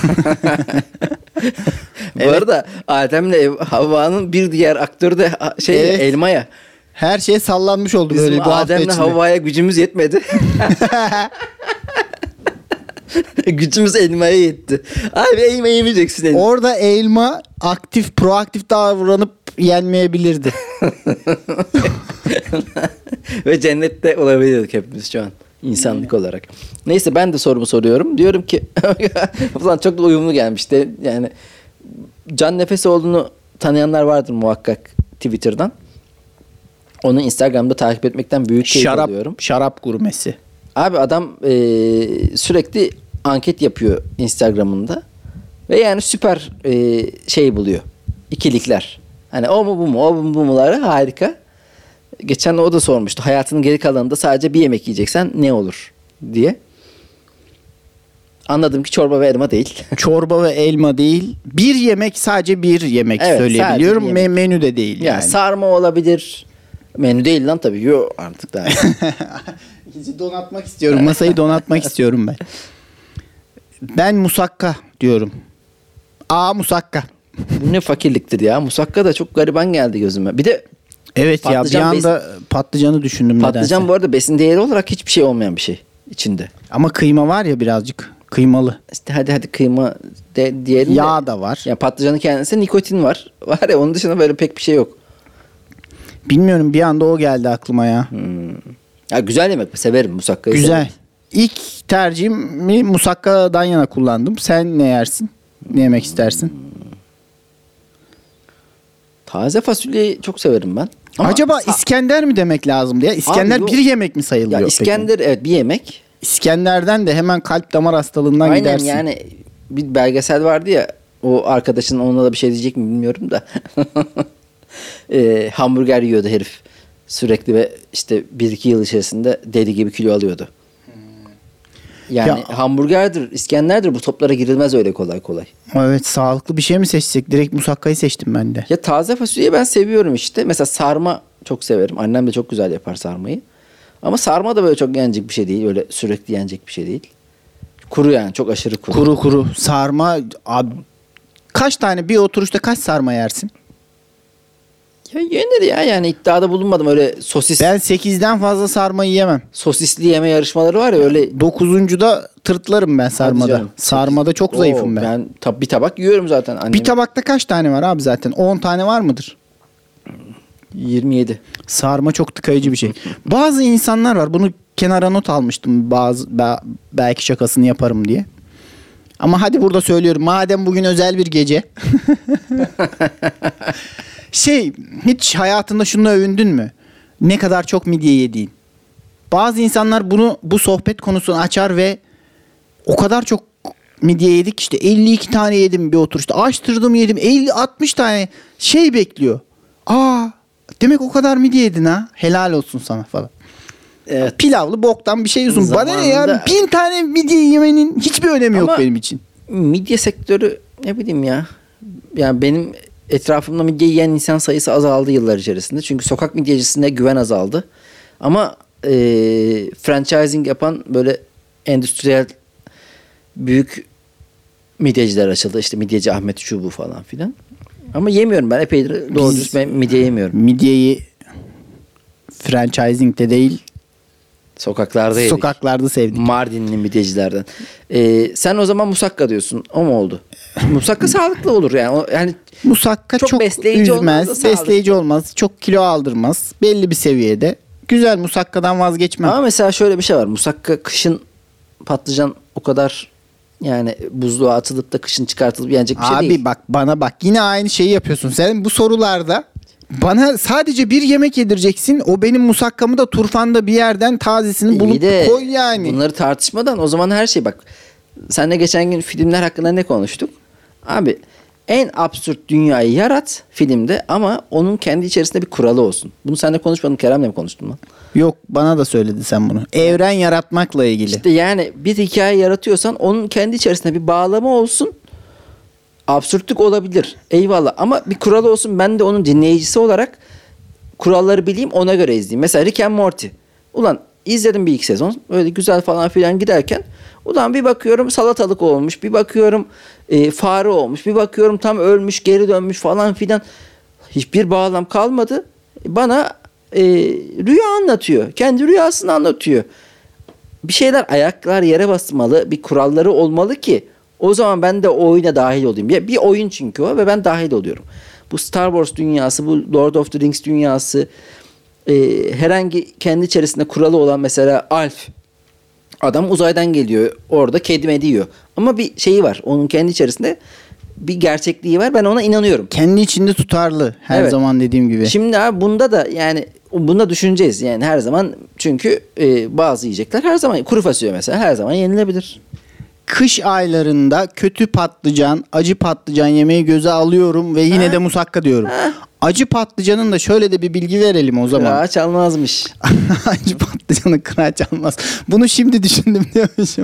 [SPEAKER 1] Bu arada Adem'le Havva'nın bir diğer aktörü de
[SPEAKER 2] Evet.
[SPEAKER 1] elma ya.
[SPEAKER 2] Her şey sallanmış oldu
[SPEAKER 1] Bizim
[SPEAKER 2] böyle bu hafta
[SPEAKER 1] Adem'le
[SPEAKER 2] içinde.
[SPEAKER 1] Havva'ya gücümüz yetmedi. Gücümüz elmaya yetti. Abi elma yemeyeceksin elma.
[SPEAKER 2] Orada elma aktif, proaktif davranıp yenmeyebilirdi.
[SPEAKER 1] Ve cennette olabilirdik hepimiz şu an insanlık olarak. Neyse ben de sorumu soruyorum. Diyorum ki ulan çok da uyumlu gelmişti. Yani Can Nefesoğlu'nu tanıyanlar vardır muhakkak Twitter'dan. Onu Instagram'da takip etmekten büyük keyif alıyorum.
[SPEAKER 2] Şarap gurmesi.
[SPEAKER 1] Abi adam sürekli anket yapıyor Instagram'ında. Ve yani süper şey buluyor. İkilikler. Hani o mu bu mu o mu bu muları harika. Geçen o da sormuştu. Hayatının geri kalanında sadece bir yemek yiyeceksen ne olur diye. Anladım ki çorba ve elma değil.
[SPEAKER 2] Çorba ve elma değil. Bir yemek, sadece bir yemek
[SPEAKER 1] Evet,
[SPEAKER 2] söyleyebiliyorum.
[SPEAKER 1] sadece bir yemek.
[SPEAKER 2] Menü de değil
[SPEAKER 1] Ya
[SPEAKER 2] yani.
[SPEAKER 1] sarma olabilir. Menü değil lan tabii. Yok artık daha.
[SPEAKER 2] İyice donatmak istiyorum. Masayı donatmak istiyorum ben. Ben musakka diyorum. Musakka.
[SPEAKER 1] Bu ne fakirliktir ya. Musakka da çok gariban geldi gözüme. Bir de
[SPEAKER 2] Evet ya, bir
[SPEAKER 1] Patlıcan
[SPEAKER 2] anda patlıcanı düşündüm
[SPEAKER 1] patlıcan
[SPEAKER 2] nedense.
[SPEAKER 1] bu arada besin değeri olarak hiçbir şey olmayan bir şey içinde.
[SPEAKER 2] Ama kıyma var ya, birazcık kıymalı.
[SPEAKER 1] İşte hadi kıyma diyelim de.
[SPEAKER 2] Yağ da var.
[SPEAKER 1] Ya patlıcanın kendisinde nikotin var. Var ya onun dışında böyle pek bir şey yok.
[SPEAKER 2] Bilmiyorum, bir anda o geldi aklıma ya.
[SPEAKER 1] Ya güzel yemek. Severim musakkayı.
[SPEAKER 2] Güzel.
[SPEAKER 1] Severim.
[SPEAKER 2] İlk tercihimi musakkadan yana kullandım. Sen ne yersin? Ne yemek istersin?
[SPEAKER 1] Taze fasulyeyi çok severim ben. Ama
[SPEAKER 2] Acaba İskender mi demek lazımdı ya? İskender
[SPEAKER 1] yok.
[SPEAKER 2] bir yemek mi sayılıyor?
[SPEAKER 1] ya
[SPEAKER 2] peki?
[SPEAKER 1] İskender evet bir yemek.
[SPEAKER 2] İskender'den de hemen kalp damar hastalığından
[SPEAKER 1] Aynen
[SPEAKER 2] gidersin.
[SPEAKER 1] yani bir belgesel vardı ya o arkadaşın onunla da bir şey diyecek mi bilmiyorum da. Hamburger yiyordu herif sürekli ve işte 1-2 yıl içerisinde deli gibi kilo alıyordu. Yani
[SPEAKER 2] Ya-
[SPEAKER 1] hamburgerdir, İskender'dir bu toplara girilmez öyle kolay kolay.
[SPEAKER 2] Evet, sağlıklı bir şey mi seçsek? Direkt musakkayı seçtim ben de.
[SPEAKER 1] Ya taze fasulyeyi ben seviyorum işte. Mesela sarma çok severim. Annem de çok güzel yapar sarmayı. Ama sarma da böyle çok yenecek bir şey değil. Öyle sürekli yenecek bir şey değil. Kuru yani çok aşırı kuru.
[SPEAKER 2] Kuru kuru sarma abi, kaç tane bir oturuşta kaç sarma yersin?
[SPEAKER 1] Ya yenir ya, yani iddiada bulunmadım, öyle
[SPEAKER 2] Ben 8'den fazla sarma yiyemem.
[SPEAKER 1] sosisli yeme yarışmaları var ya öyle.
[SPEAKER 2] 9'uncuda tırtlarım ben sarmada.
[SPEAKER 1] canım.
[SPEAKER 2] Sarmada çok zayıfım ben.
[SPEAKER 1] Ben bir tabak yiyorum zaten annem.
[SPEAKER 2] Bir tabakta kaç tane var abi zaten? 10 tane var mıdır?
[SPEAKER 1] 27.
[SPEAKER 2] Sarma çok tıkayıcı bir şey. Bazı insanlar var. Bunu kenara not almıştım. Belki şakasını yaparım diye. Ama hadi burada söylüyorum. Madem bugün özel bir gece. Hiç hayatında şununla övündün mü? Ne kadar çok midye yediğin. Bazı insanlar bu sohbet konusunu açar ve o kadar çok midye yedik, işte 52 tane yedim bir oturuşta. Açtırdım yedim 50-60 tane bekliyor. Demek o kadar midye yedin ha. Helal olsun sana falan.
[SPEAKER 1] Evet.
[SPEAKER 2] Pilavlı boktan bir şey yiyorsun. Bana ne ya?
[SPEAKER 1] Zamanında-
[SPEAKER 2] 1000 tane midye yemenin hiçbir önemi yok
[SPEAKER 1] Ama-
[SPEAKER 2] benim için.
[SPEAKER 1] Midye sektörü ne bileyim ya. Yani benim etrafımda midye yiyen insan sayısı azaldı yıllar içerisinde. Çünkü sokak midyecisine güven azaldı. Ama franchising yapan böyle endüstriyel büyük midyeciler açıldı. İşte midyeci Ahmet şu bu falan filan. Ama yemiyorum ben epeydir doğru dürüst ben midye yemiyorum.
[SPEAKER 2] Midyeyi franchising'de değil,
[SPEAKER 1] Sokaklarda yedik.
[SPEAKER 2] sokaklarda sevdik.
[SPEAKER 1] Mardinli midyecilerden. Sen o zaman musakka diyorsun. O mu oldu? Musakka sağlıklı olur yani. Yani
[SPEAKER 2] Musakka
[SPEAKER 1] Çok
[SPEAKER 2] çok
[SPEAKER 1] besleyici olmaz da
[SPEAKER 2] üzmez,
[SPEAKER 1] sağlıklı.
[SPEAKER 2] besleyici olmaz, çok kilo aldırmaz. Belli bir seviyede. Güzel, musakkadan vazgeçmem.
[SPEAKER 1] ama mesela şöyle bir şey var. Musakka kışın patlıcan o kadar yani buzluğa atılıp da kışın çıkartılıp yenecek bir şey
[SPEAKER 2] Abi
[SPEAKER 1] değil.
[SPEAKER 2] bak bana bak, yine aynı şeyi yapıyorsun. Sen bu sorularda bana sadece bir yemek yedireceksin. O benim musakkamı da turfanda bir yerden tazesini
[SPEAKER 1] İyi
[SPEAKER 2] bulup
[SPEAKER 1] de
[SPEAKER 2] koy yani.
[SPEAKER 1] bunları tartışmadan o zaman her şey bak. Seninle geçen gün filmler hakkında ne konuştuk? Abi en absürt dünyayı yarat filmde ama onun kendi içerisinde bir kuralı olsun. Bunu seninle konuşmadım, Kerem'le mi konuştun lan?
[SPEAKER 2] Yok, bana da söyledi sen bunu. Evren yaratmakla ilgili.
[SPEAKER 1] İşte yani bir hikaye yaratıyorsan onun kendi içerisinde bir bağlama olsun. Absürtlük olabilir. Eyvallah ama bir kural olsun. Ben de onun dinleyicisi olarak kuralları bileyim, ona göre izleyeyim. Mesela Rick and Morty. Ulan izledim bir iki sezon. Öyle güzel falan filan giderken ulan bir bakıyorum salatalık olmuş. Bir bakıyorum fare olmuş. Bir bakıyorum tam ölmüş, geri dönmüş falan filan. Hiçbir bağlam kalmadı. Bana rüya anlatıyor. Kendi rüyasını anlatıyor. Bir şeyler, ayaklar yere basmalı. Bir kuralları olmalı ki o zaman ben de o oyuna dahil olayım. Bir oyun çünkü o ve ben dahil oluyorum. Bu Star Wars dünyası, bu Lord of the Rings dünyası, herhangi kendi içerisinde kuralı olan mesela Alf. Adam uzaydan geliyor. Orada kedi yiyor. Ama bir şeyi var. Onun kendi içerisinde bir gerçekliği var. Ben ona inanıyorum.
[SPEAKER 2] Kendi içinde tutarlı, her
[SPEAKER 1] Evet.
[SPEAKER 2] zaman dediğim gibi.
[SPEAKER 1] Şimdi abi bunda da yani bunda düşüneceğiz. Yani her zaman çünkü bazı yiyecekler her zaman, kuru fasulye mesela her zaman yenilebilir.
[SPEAKER 2] Kış aylarında kötü patlıcan, acı patlıcan yemeği göze alıyorum ve yine de musakka diyorum. Acı patlıcanın da şöyle de bir bilgi verelim o zaman.
[SPEAKER 1] Kıraç almazmış.
[SPEAKER 2] Acı patlıcanı kıraç almaz. Bunu şimdi düşündüm diyormuşum.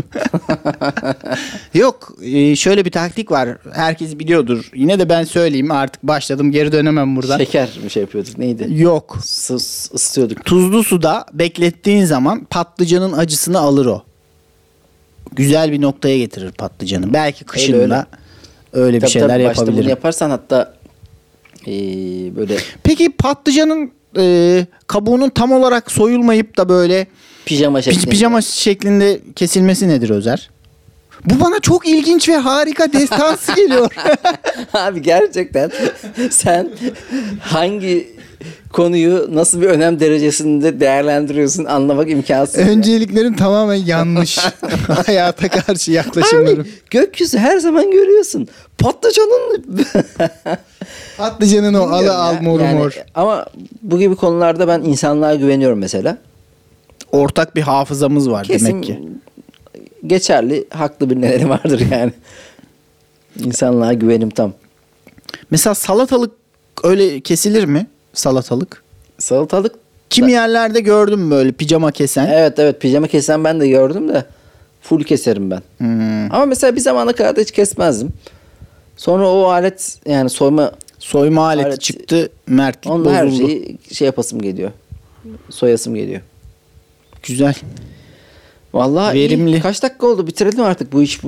[SPEAKER 2] Yok, şöyle bir taktik var. Herkes biliyordur. Yine de ben söyleyeyim, artık başladım, geri dönemem buradan.
[SPEAKER 1] Şeker bir şey yapıyorduk. Neydi?
[SPEAKER 2] Yok.
[SPEAKER 1] Isıtıyorduk.
[SPEAKER 2] Tuzlu suda beklettiğin zaman patlıcanın acısını alır o. Güzel bir noktaya getirir patlıcanı. Belki kışında öyle bir şeyler
[SPEAKER 1] Başta bunu
[SPEAKER 2] yapabilirim.
[SPEAKER 1] yaparsan hatta böyle
[SPEAKER 2] Peki patlıcanın kabuğunun tam olarak soyulmayıp da böyle
[SPEAKER 1] pijama şeklinde.
[SPEAKER 2] pijama şeklinde kesilmesi nedir Özer? Bu bana çok ilginç ve harika, destansı geliyor.
[SPEAKER 1] Abi gerçekten sen hangi konuyu nasıl bir önem derecesinde değerlendiriyorsun anlamak imkansız.
[SPEAKER 2] Önceliklerin tamamen yanlış. Hayata karşı yaklaşımlarım.
[SPEAKER 1] Abi, gökyüzü her zaman görüyorsun. Patlıcanın
[SPEAKER 2] Patlıcanın o alı
[SPEAKER 1] Bilmiyorum
[SPEAKER 2] al
[SPEAKER 1] ya.
[SPEAKER 2] moru
[SPEAKER 1] Yani
[SPEAKER 2] mor.
[SPEAKER 1] ama bu gibi konularda ben insanlığa güveniyorum mesela.
[SPEAKER 2] Ortak bir hafızamız var
[SPEAKER 1] Kesin
[SPEAKER 2] demek ki.
[SPEAKER 1] geçerli, haklı bir nedeni vardır yani. İnsanlığa güvenim tam.
[SPEAKER 2] Mesela salatalık öyle kesilir mi? Salatalık.
[SPEAKER 1] Salatalık
[SPEAKER 2] Kimi yerlerde gördüm böyle pijama kesen.
[SPEAKER 1] evet pijama kesen ben de gördüm de full keserim ben. Ama mesela bir zamana kadar da hiç kesmezdim. Sonra o alet yani
[SPEAKER 2] Soyma aleti
[SPEAKER 1] Alet-
[SPEAKER 2] çıktı. Mertlik
[SPEAKER 1] onunla her
[SPEAKER 2] bozuldu.
[SPEAKER 1] şeyi yapasım geliyor. Soyasım geliyor.
[SPEAKER 2] Güzel.
[SPEAKER 1] Vallahi
[SPEAKER 2] Verimli.
[SPEAKER 1] iyi. Kaç dakika oldu? Bitirelim artık bu iş bu.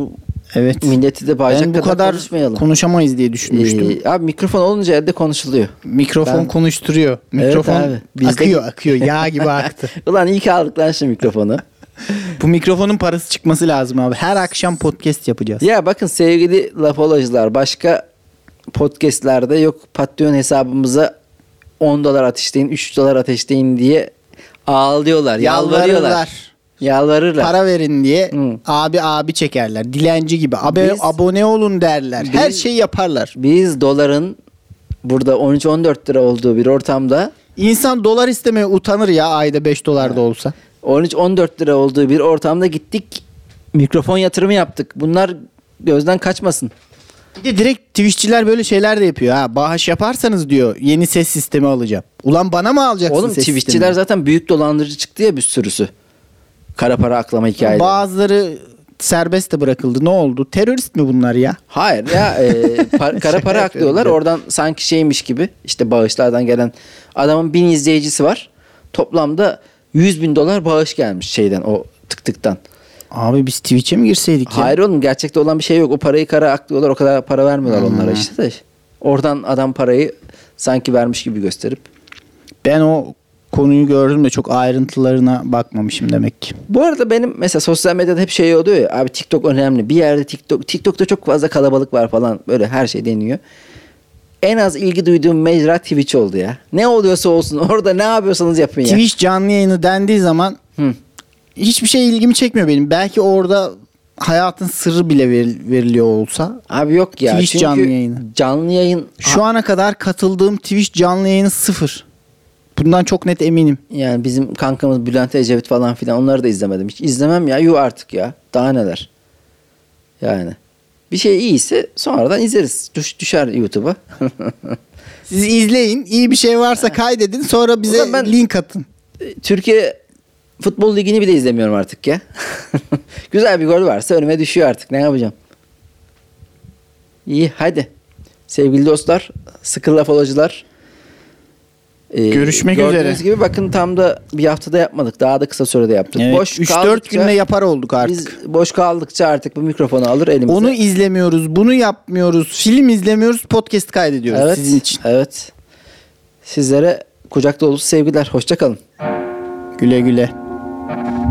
[SPEAKER 2] Evet.
[SPEAKER 1] Milleti de
[SPEAKER 2] Ben
[SPEAKER 1] bağıracak
[SPEAKER 2] bu kadar
[SPEAKER 1] konuşmayalım.
[SPEAKER 2] konuşamayız diye düşünmüştüm.
[SPEAKER 1] Abi mikrofon olunca elde konuşuluyor.
[SPEAKER 2] Mikrofon konuşturuyor. Mikrofon
[SPEAKER 1] abi, bizde-
[SPEAKER 2] akıyor. Yağ gibi aktı.
[SPEAKER 1] Ulan iyi ki aldık lan şu mikrofonu.
[SPEAKER 2] Bu mikrofonun parası çıkması lazım abi. Her akşam podcast yapacağız.
[SPEAKER 1] Ya bakın sevgili lafolacılar, başka podcastlerde yok Patreon hesabımıza 10 dolar ateşleyin, 3 dolar ateşleyin diye ağlıyorlar, yalvarıyorlar. Yalvarırlar.
[SPEAKER 2] Para verin diye
[SPEAKER 1] Hı.
[SPEAKER 2] abi çekerler. Dilenci gibi.
[SPEAKER 1] Biz-
[SPEAKER 2] Abone olun derler. Her
[SPEAKER 1] Biz-
[SPEAKER 2] şeyi yaparlar.
[SPEAKER 1] Biz doların burada 13-14 lira olduğu bir ortamda,
[SPEAKER 2] İnsan dolar istemeye utanır ya, ayda 5 dolar da olsa.
[SPEAKER 1] 13-14 lira olduğu bir ortamda gittik mikrofon yatırımı yaptık. Bunlar gözden kaçmasın.
[SPEAKER 2] Bir de direkt Twitch'çiler böyle şeyler de yapıyor. Ha, bağış yaparsanız diyor yeni ses sistemi alacağım. Ulan bana mı alacaksın
[SPEAKER 1] Oğlum
[SPEAKER 2] ses
[SPEAKER 1] Twitch'çiler
[SPEAKER 2] sistemini?
[SPEAKER 1] zaten büyük dolandırıcı çıktı ya bir sürüsü. Kara para aklama hikayeleri.
[SPEAKER 2] Bazıları serbest de bırakıldı. Ne oldu? Terörist mi bunlar ya?
[SPEAKER 1] Hayır ya kara para aklıyorlar. Oradan sanki şeymiş gibi, işte bağışlardan gelen adamın 1000 izleyicisi var. Toplamda 100.000 dolar bağış gelmiş şeyden, o tıktan.
[SPEAKER 2] Abi biz Twitch'e mi girseydik ya?
[SPEAKER 1] Hayır oğlum, gerçekte olan bir şey yok. O parayı kara aklıyorlar, o kadar para vermiyorlar onlara işte de. Oradan adam parayı sanki vermiş gibi gösterip.
[SPEAKER 2] Ben o konuyu gördüm de çok ayrıntılarına bakmamışım demek ki.
[SPEAKER 1] Bu arada benim mesela sosyal medyada hep şey oluyor ya, abi TikTok önemli. Bir yerde TikTok'ta çok fazla kalabalık var falan, böyle her şey deniyor. En az ilgi duyduğum mecra Twitch oldu ya. Ne oluyorsa olsun orada ne yapıyorsanız yapın ya.
[SPEAKER 2] Twitch canlı yayını dendiği zaman
[SPEAKER 1] Hı.
[SPEAKER 2] hiçbir şey ilgimi çekmiyor benim. Belki orada hayatın sırrı bile veriliyor olsa.
[SPEAKER 1] Abi yok ya.
[SPEAKER 2] Twitch
[SPEAKER 1] Çünkü
[SPEAKER 2] canlı yayını.
[SPEAKER 1] Canlı yayın
[SPEAKER 2] Şu ana kadar katıldığım Twitch canlı yayını 0. Bundan çok net eminim.
[SPEAKER 1] yani bizim kankamız Bülent Ecevit falan filan, onları da izlemedim. Hiç izlemem ya, yuh artık ya. Daha neler. Yani. Bir şey iyiyse sonradan izleriz. Düşer YouTube'a.
[SPEAKER 2] Siz izleyin. İyi bir şey varsa kaydedin. Sonra bize
[SPEAKER 1] Ulan ben-
[SPEAKER 2] link atın.
[SPEAKER 1] Türkiye Futbol Ligi'ni bile izlemiyorum artık ya. Güzel bir gol varsa önüme düşüyor artık. Ne yapacağım? İyi hadi. Sevgili dostlar, sıkı lafolacılar.
[SPEAKER 2] Görüşmek
[SPEAKER 1] gördüğünüz
[SPEAKER 2] üzere.
[SPEAKER 1] gibi bakın, tam da bir haftada yapmadık. Daha da kısa sürede yaptık.
[SPEAKER 2] Evet,
[SPEAKER 1] Boş
[SPEAKER 2] 3-4
[SPEAKER 1] kaldıkça-
[SPEAKER 2] günde yapar olduk artık.
[SPEAKER 1] Biz boş kaldıkça artık bu mikrofonu alır elimize.
[SPEAKER 2] Onu izlemiyoruz, bunu yapmıyoruz, film izlemiyoruz, podcast kaydediyoruz
[SPEAKER 1] evet,
[SPEAKER 2] sizin için.
[SPEAKER 1] Evet. Sizlere kucak dolusu sevgiler. Hoşça kalın.
[SPEAKER 2] Güle güle.